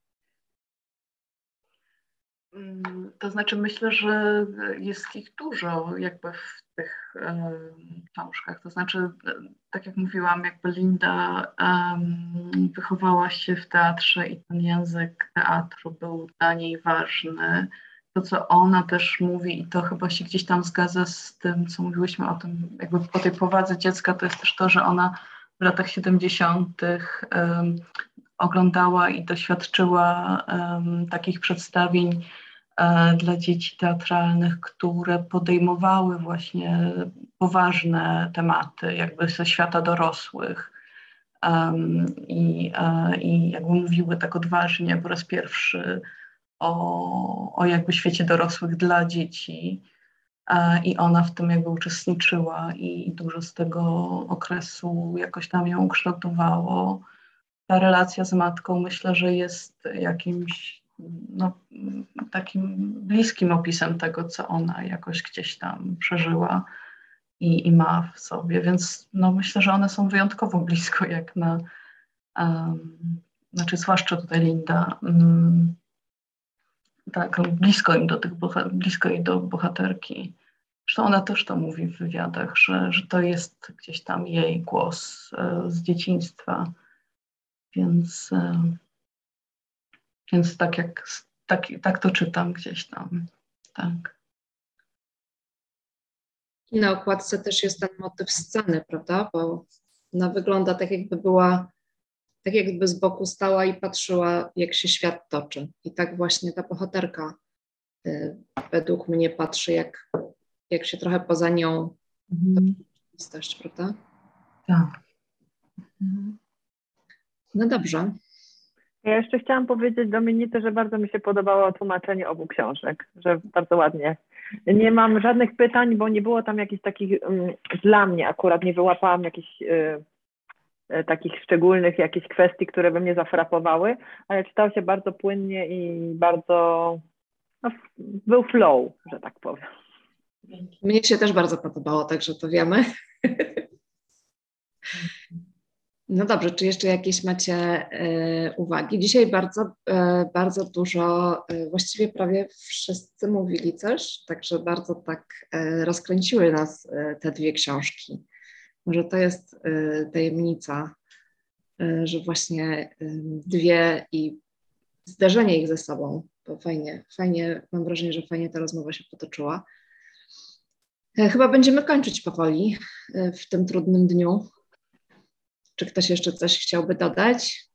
To znaczy myślę, że jest ich dużo jakby w tych um, książkach. To znaczy, tak jak mówiłam, jakby Linda um, wychowała się w teatrze i ten język teatru był dla niej ważny. To, co ona też mówi, i to chyba się gdzieś tam zgadza z tym, co mówiłyśmy o tym, jakby o tej powadze dziecka, to jest też to, że ona w latach siedemdziesiątych um, oglądała i doświadczyła um, takich przedstawień e, dla dzieci teatralnych, które podejmowały właśnie poważne tematy, jakby ze świata dorosłych. Um, i, e, I jakby mówiły tak odważnie po raz pierwszy o, o jakby świecie dorosłych dla dzieci. E, I ona w tym jakby uczestniczyła i dużo z tego okresu jakoś tam ją ukształtowało. Ta relacja z matką myślę, że jest jakimś no, takim bliskim opisem tego, co ona jakoś gdzieś tam przeżyła i, i ma w sobie, więc no, myślę, że one są wyjątkowo blisko jak na, um, znaczy zwłaszcza tutaj Linda, um, tak, blisko im do tych, blisko jej do bohaterki. Zresztą ona też to mówi w wywiadach, że, że to jest gdzieś tam jej głos e, z dzieciństwa. Więc, więc tak jak tak, tak to czytam gdzieś tam. Tak. I na okładce też jest ten motyw sceny, prawda? Bo ona wygląda tak, jakby była, tak jakby z boku stała i patrzyła, jak się świat toczy. I tak właśnie ta bohaterka y, według mnie patrzy, jak, jak się trochę poza nią Mhm. rzeczywistość, prawda? Tak. Mhm. No dobrze. Ja jeszcze chciałam powiedzieć Dominice, że bardzo mi się podobało tłumaczenie obu książek, że bardzo ładnie. Nie mam żadnych pytań, bo nie było tam jakichś takich, um, dla mnie akurat nie wyłapałam jakichś y, y, takich szczególnych jakichś kwestii, które by mnie zafrapowały, ale czytało się bardzo płynnie i bardzo, no, był flow, że tak powiem. Mnie się też bardzo podobało, także to wiemy. No dobrze, czy jeszcze jakieś macie y, uwagi? Dzisiaj bardzo, y, bardzo dużo, y, właściwie prawie wszyscy mówili coś, także bardzo tak y, rozkręciły nas y, te dwie książki. Może to jest y, tajemnica, y, że właśnie y, dwie i zderzenie ich ze sobą, bo fajnie, fajnie, mam wrażenie, że fajnie ta rozmowa się potoczyła. Y, chyba będziemy kończyć powoli y, w tym trudnym dniu. Czy ktoś jeszcze coś chciałby dodać?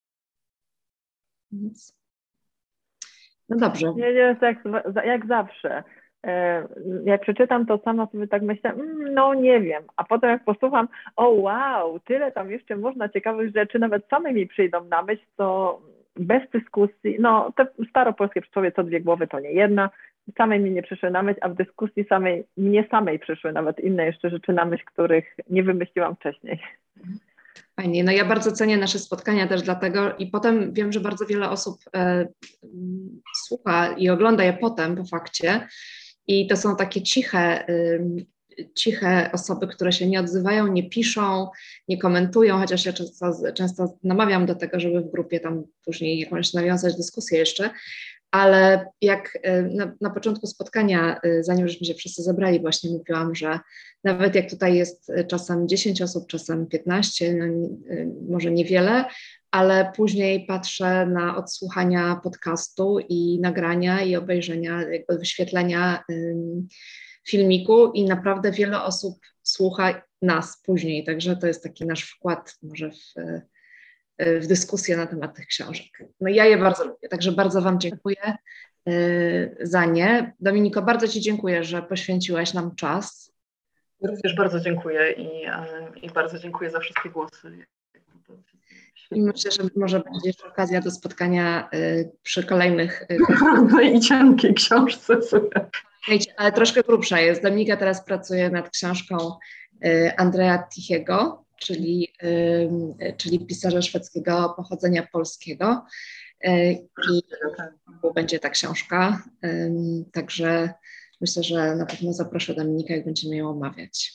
Nic. No dobrze. Nie, nie, jest jak, jak zawsze. Jak przeczytam, to sama sobie tak myślę, mm, no nie wiem, a potem jak posłucham, o wow, tyle tam jeszcze można ciekawych rzeczy, nawet same mi przyjdą na myśl, to bez dyskusji, no te staropolskie przysłowie co dwie głowy to nie jedna, samej mi nie przyszły na myśl, a w dyskusji samej, mnie samej przyszły nawet inne jeszcze rzeczy na myśl, których nie wymyśliłam wcześniej. Fajnie, no ja bardzo cenię nasze spotkania też dlatego i potem wiem, że bardzo wiele osób e, słucha i ogląda je potem po fakcie i to są takie ciche, y, ciche osoby, które się nie odzywają, nie piszą, nie komentują, chociaż ja często, często namawiam do tego, żeby w grupie tam później jakąś nawiązać dyskusję jeszcze, ale jak na, na początku spotkania, zanim żeśmy się wszyscy zebrali, właśnie mówiłam, że nawet jak tutaj jest czasem dziesięć osób, czasem piętnaście, no, może niewiele, ale później patrzę na odsłuchania podcastu i nagrania i obejrzenia, jakby wyświetlenia um, filmiku i naprawdę wiele osób słucha nas później, także to jest taki nasz wkład może w, w dyskusję na temat tych książek. No ja je bardzo lubię, także bardzo Wam dziękuję y, za nie. Dominiko, bardzo Ci dziękuję, że poświęciłaś nam czas. Również bardzo dziękuję i, i bardzo dziękuję za wszystkie głosy. I myślę, że może będzie jeszcze okazja do spotkania y, przy kolejnych... Y, no i cienkiej książce. Ale troszkę grubsza jest. Dominika teraz pracuje nad książką y, Andrea Tichiego, czyli, y, czyli pisarza szwedzkiego pochodzenia polskiego. Y, I będzie ta książka. Y, także myślę, że na pewno zaproszę Dominikę, jak będziemy ją omawiać.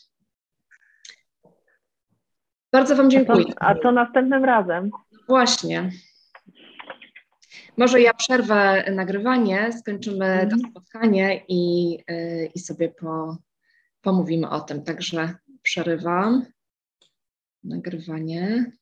Bardzo Wam dziękuję. A co, a co następnym razem? Właśnie. Może ja przerwę nagrywanie, skończymy mm. to spotkanie i, yy, i sobie po, pomówimy o tym. Także przerywam nagrywanie.